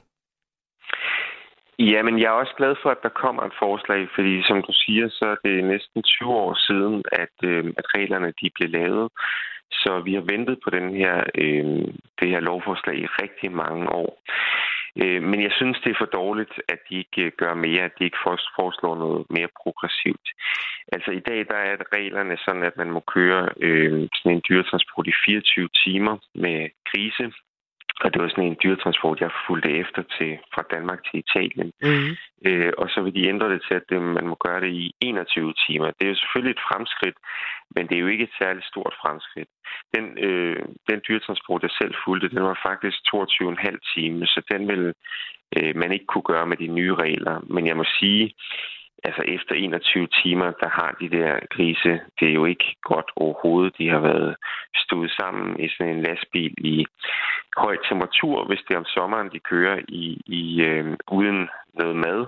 Ja, men jeg er også glad for, at der kommer et forslag, fordi som du siger, så er det næsten tyve år siden, at, øh, at reglerne de blev lavet. Så vi har ventet på den her, øh, det her lovforslag i rigtig mange år. Øh, men jeg synes, det er for dårligt, at de ikke gør mere, at de ikke foreslår noget mere progressivt. Altså i dag, der er reglerne sådan, at man må køre øh, sådan en dyretransport i fireogtyve timer med grise. Og det var sådan en dyretransport, jeg fulgte efter til fra Danmark til Italien. Mm-hmm. Øh, og så vil de ændre det til, at det, man må gøre det i enogtyve timer. Det er jo selvfølgelig et fremskridt, men det er jo ikke et særligt stort fremskridt. Den, øh, den dyretransport, jeg selv fulgte, den var faktisk toogtyve komma fem timer, så den vil øh, man ikke kunne gøre med de nye regler. Men jeg må sige, altså efter enogtyve timer, der har de der grise, det er jo ikke godt overhovedet. De har været stået sammen i sådan en lastbil i høj temperatur, hvis det er om sommeren, de kører i, i øh, uden noget mad.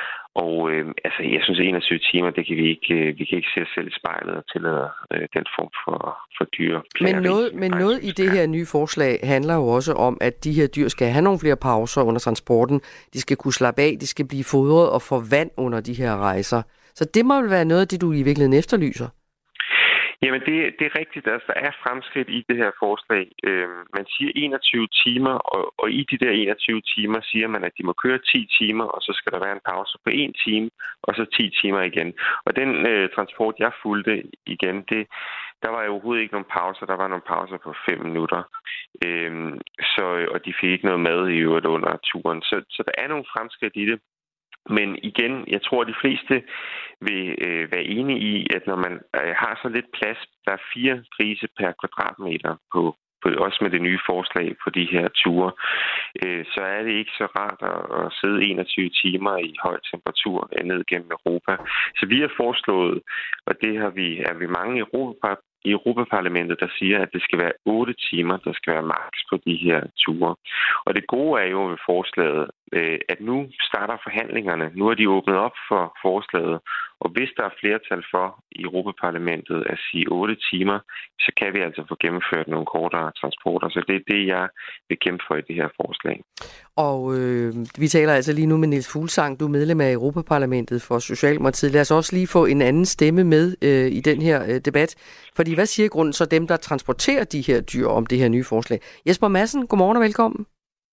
Og øh, altså, jeg synes, at enogtyve timer, det kan vi ikke, øh, vi kan ikke se os selv i spejlet og tillade øh, den form for, for dyr. Men noget, men noget i det her nye forslag handler jo også om, at de her dyr skal have nogle flere pauser under transporten. De skal kunne slappe af, de skal blive fodret og få vand under de her rejser. Så det må vel være noget af det, du i virkeligheden efterlyser? Jamen, det, det er rigtigt. Altså, der er fremskridt i det her forslag. Øh, man siger enogtyve timer, og, og i de der enogtyve timer siger man, at de må køre ti timer, og så skal der være en pause på en time, og så ti timer igen. Og den øh, transport, jeg fulgte igen, det, der var jo overhovedet ikke nogen pauser. Der var nogle pauser på fem minutter. Øh, så, og de fik ikke noget mad i øvrigt under turen. Så, så der er nogle fremskridt i det. Men igen, jeg tror, at de fleste vil øh, være enige i, at når man øh, har så lidt plads, der er fire grise per kvadratmeter, på, på, også med det nye forslag på de her ture, øh, så er det ikke så rart at, at sidde enogtyve timer i høj temperatur ned gennem Europa. Så vi har foreslået, og det har vi, er vi mange i Europa, i Europaparlamentet, der siger, at det skal være otte timer, der skal være maks på de her ture. Og det gode er jo ved forslaget, at nu starter forhandlingerne. Nu er de åbnet op for forslaget, og hvis der er flertal for i Europaparlamentet at sige otte timer, så kan vi altså få gennemført nogle kortere transporter. Så det er det, jeg vil kæmpe for i det her forslag. Og øh, vi taler altså lige nu med Niels Fuglsang. Du er medlem af Europaparlamentet for Socialdemokratiet. Lad os også lige få en anden stemme med øh, i den her øh, debat. Fordi hvad siger grunden så dem, der transporterer de her dyr om det her nye forslag? Jesper Madsen, godmorgen og velkommen.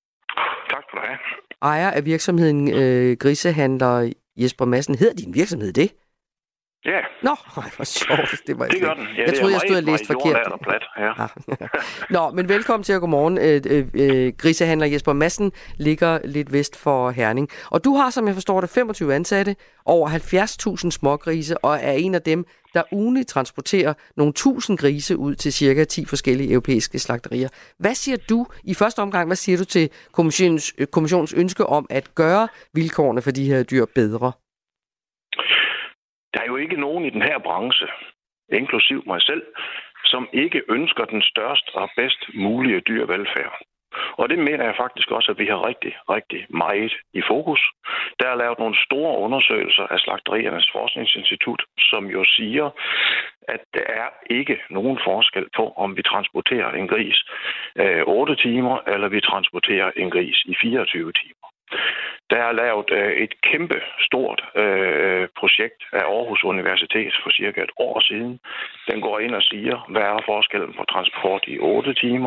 Tak for det. Ejer af virksomheden øh, Grisehandler Jesper Madsen. Hedder din virksomhed det? Ja. Nå, hvor sjovt. Det, var det gør den. Ja, jeg troede, jeg stod og læste forkert. Plat, ja. Nå, men velkommen til og godmorgen. Øh, øh, Grisehandler Jesper Madsen ligger lidt vest for Herning. Og du har, som jeg forstår det, femogtyve ansatte, over halvfjerds tusind smågrise, og er en af dem, der ugenligt transporterer nogle tusind grise ud til cirka ti forskellige europæiske slagterier. Hvad siger du i første omgang, hvad siger du til kommissionens, kommissionens ønske om at gøre vilkårene for de her dyr bedre? Der er jo ikke nogen i den her branche, inklusiv mig selv, som ikke ønsker den største og bedst mulige dyrevelfærd. Og det mener jeg faktisk også, at vi har rigtig, rigtig meget i fokus. Der er lavet nogle store undersøgelser af Slagteriernes Forskningsinstitut, som jo siger, at der er ikke nogen forskel på, om vi transporterer en gris øh, otte timer, eller vi transporterer en gris i fireogtyve timer. Der er lavet øh, et kæmpe stort øh, projekt af Aarhus Universitet for cirka et år siden. Den går ind og siger, hvad er forskellen på transport i otte timer,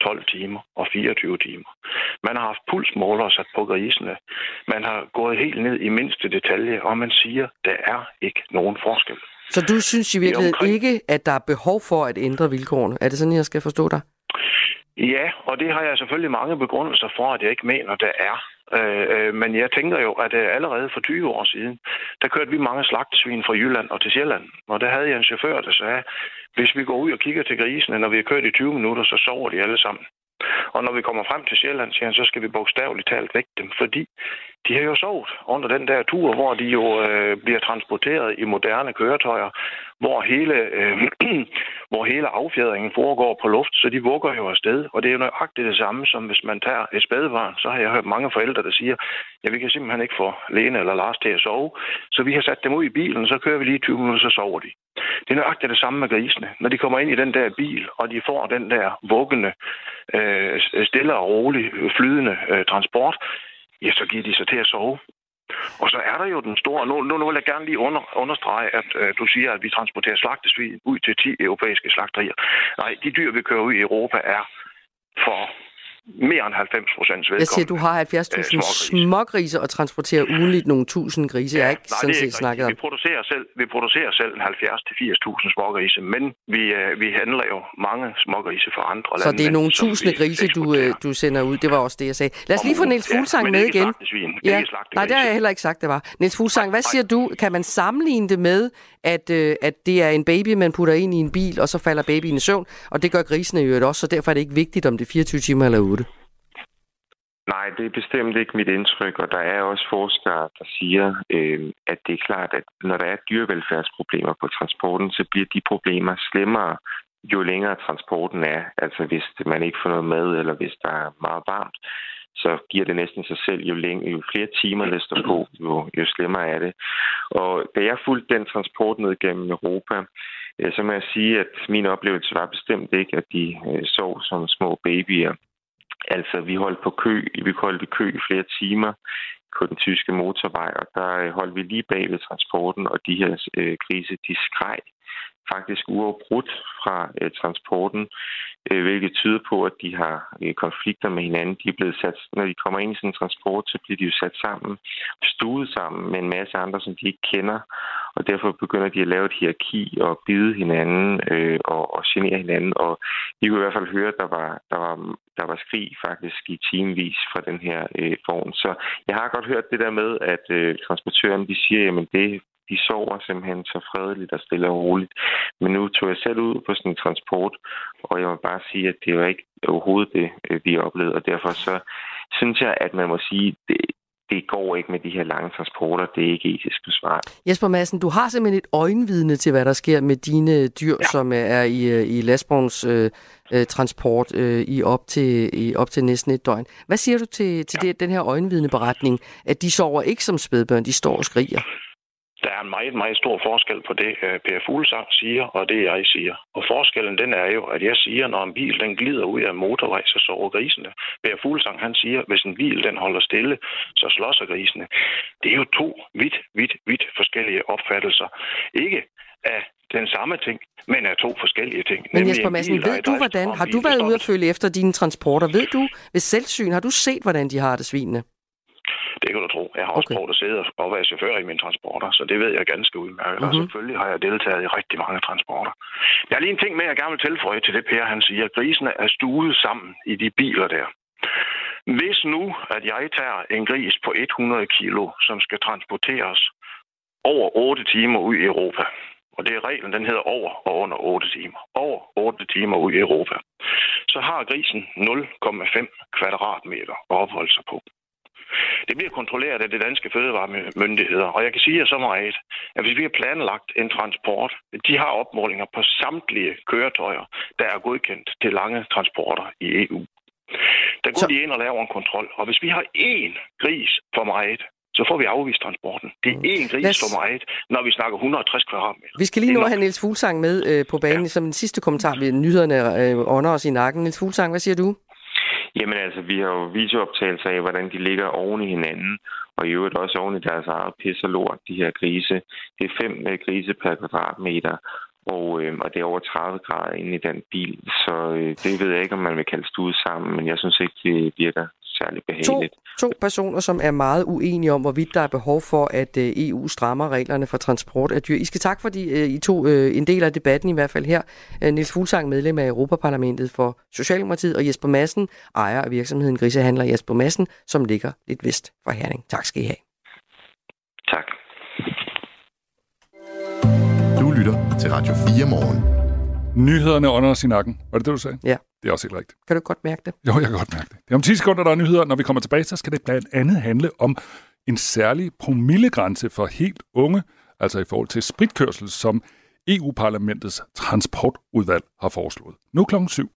tolv timer og fireogtyve timer. Man har haft pulsmålere sat på grisene. Man har gået helt ned i mindste detalje, og man siger, der er ikke nogen forskel. Så du synes i virkeligheden omkring... ikke, at der er behov for at ændre vilkårene? Er det sådan, jeg skal forstå dig? Ja, og det har jeg selvfølgelig mange begrundelser for, at jeg ikke mener, der er. Øh, men jeg tænker jo, at allerede for tyve år siden, der kørte vi mange slagtesvin fra Jylland og til Sjælland. Og der havde jeg en chauffør, der sagde, hvis vi går ud og kigger til grisene, når vi har kørt i tyve minutter, så sover de alle sammen. Og når vi kommer frem til Sjælland, siger han, så skal vi bogstaveligt talt vække dem, fordi de har jo sovet under den der tur, hvor de jo øh, bliver transporteret i moderne køretøjer, hvor hele, øh, hvor hele affjedringen foregår på luft, så de vugger jo afsted. Og det er jo nøjagtigt det samme, som hvis man tager et spædbarn, så har jeg hørt mange forældre, der siger, ja, vi kan simpelthen ikke få Lene eller Lars til at sove, så vi har sat dem ud i bilen, så kører vi lige tyve minutter, så sover de. Det er nøjagtigt det samme med grisene. Når de kommer ind i den der bil, og de får den der vuggende, øh, stille og rolig, flydende øh, transport, ja, så giver de sig til at sove. Og så er der jo den store... Nu, nu vil jeg gerne lige under, understrege, at øh, du siger, at vi transporterer slagtesvin ud til ti europæiske slagterier. Nej, de dyr, vi kører ud i Europa, er for mere end halvfems procent vedkommende. Jeg siger, du har halvfjerds tusind smågrise og transporterer ugenligt nogle tusind grise. Ja, jeg har ikke nej, sådan set snakket om. Vi producerer selv, vi producerer selv halvfjerds til firs tusind smågrise, men vi, øh, vi handler jo mange smågrise for andre lande. Så det er nogle tusinde grise, du, øh, du sender ud. Det var også det, jeg sagde. Lad os lige få Niels Fuglsang ja, med igen. Ja. Nej, det har jeg heller ikke sagt, det var. Niels Fuglsang, hvad siger du? Kan man sammenligne det med, at, øh, at det er en baby, man putter ind i en bil, og så falder babyen i søvn, og det gør grisene jo også, så derfor er det ikke vigtigt, om det er fireogtyve timer eller otte? Nej, det er bestemt ikke mit indtryk, og der er også forskere, der siger, øh, at det er klart, at når der er dyrevelfærdsproblemer på transporten, så bliver de problemer slemmere, jo længere transporten er. Altså hvis man ikke får noget mad, eller hvis der er meget varmt, så giver det næsten sig selv, jo, længe, jo flere timer det står på, jo, jo slemmere er det. Og da jeg fulgte den transport ned gennem Europa, øh, så må jeg sige, at min oplevelse var bestemt ikke, at de øh, sov som små babyer. Altså, vi holdt på kø, vi holdt i kø i flere timer på den tyske motorvej, og der holdt vi lige bag ved transporten, og de her øh, grise, de skreg faktisk uafbrudt fra øh, transporten, øh, hvilket tyder på, at de har øh, konflikter med hinanden. De er blevet sat, når de kommer ind i sådan en transport, så bliver de jo sat sammen, stuet sammen med en masse andre, som de ikke kender, og derfor begynder de at lave et hierarki og bide hinanden øh, og, og genere hinanden. Og vi kunne i hvert fald høre, at der var, der var, der var skrig faktisk i timevis fra den her øh, vogn. Så jeg har godt hørt det der med, at øh, transportøren de siger, jamen det de sover simpelthen så fredeligt og stille og roligt. Men nu tog jeg selv ud på sådan en transport, og jeg må bare sige, at det var ikke overhovedet det, vi oplevede. Og derfor så synes jeg, at man må sige, det, det går ikke med de her lange transporter. Det er ikke etisk forsvarligt. Jesper Madsen, du har simpelthen et øjenvidne til, hvad der sker med dine dyr, ja. som er i, i lastvogns øh, transport øh, i, op til, i op til næsten et døgn. Hvad siger du til, til ja. det, den her øjenvidneberetning, at de sover ikke som spædbørn, de står og skriger? Der er en meget, meget stor forskel på det, Per Fuglsang siger, og det jeg siger. Og forskellen den er jo, at jeg siger, når en bil den glider ud af motorvej, så sover grisene. Per Fuglsang han siger, at hvis en bil den holder stille, så slåser grisene. Det er jo to vidt, vidt, vidt forskellige opfattelser. Ikke af den samme ting, men af to forskellige ting. Men Jesper Madsen, ved du hvordan? Har du været ude at følge efter dine transporter? Ved du ved selvsyn, har du set, hvordan de har det, svinene? Det kan du tro. Jeg har også okay. prøvet at sidde og være chauffør i mine transporter, så det ved jeg ganske udmærket. Mm-hmm. Og selvfølgelig har jeg deltaget i rigtig mange transporter. Jeg har lige en ting med, jeg gerne vil tilføje til det, Per han siger. Grisene er stuet sammen i de biler der. Hvis nu, at jeg tager en gris på hundrede kilo, som skal transporteres over otte timer ud i Europa, og det er reglen, den hedder over og under otte timer. Over otte timer ud i Europa. Så har grisen nul komma fem kvadratmeter at opholde sig på. Det bliver kontrolleret af de danske fødevaremyndigheder, og jeg kan sige jer så meget, at hvis vi har planlagt en transport, de har opmålinger på samtlige køretøjer, der er godkendt til lange transporter i E U. Der går så... de ind og laver en kontrol, og hvis vi har én gris for meget, så får vi afvist transporten. Det er én gris Lad... for meget, når vi snakker et hundrede og tres kvadratmeter. Vi skal lige nu have Niels Fuglsang med øh, på banen, ja. som en sidste kommentar ved nyhederne øh, under os i nakken. Niels Fuglsang, hvad siger du? Jamen altså, vi har jo videooptagelser af, hvordan de ligger oven i hinanden, og i øvrigt også oven i deres eget pis og lort, de her grise. Det er fem grise per kvadratmeter, og, øh, og det er over tredive grader inde i den bil. Så øh, det ved jeg ikke, om man vil kalde stue sammen, men jeg synes ikke, det virker særlig behageligt. To, to personer, som er meget uenige om, hvorvidt der er behov for, at øh, E U strammer reglerne for transport af dyr. I skal tak, fordi øh, I tog øh, en del af debatten, i hvert fald her. Øh, Niels Fuglsang, medlem af Europaparlamentet for Socialdemokratiet, og Jesper Madsen, ejer af virksomheden Grisehandler Jesper Madsen, som ligger lidt vest for Herning. Tak skal I have. Tak. Du lytter til Radio fire Morgen. Nyhederne under os i nakken. Var det det, du sagde? Ja. Det er også helt rigtigt. Kan du godt mærke det? Jo, jeg kan godt mærke det. Det er om ti sekunder, der er nyheder. Når vi kommer tilbage, så skal det blandt andet handle om en særlig promillegrænse for helt unge, altså i forhold til spritkørsel, som E U-parlamentets transportudvalg har foreslået. Nu klokken syv.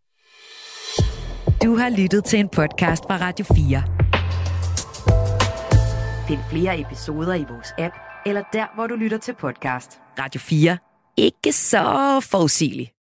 Du har lyttet til en podcast fra Radio fire. Find flere episoder i vores app, eller der, hvor du lytter til podcast. Radio fire. Ikke så forudsigeligt.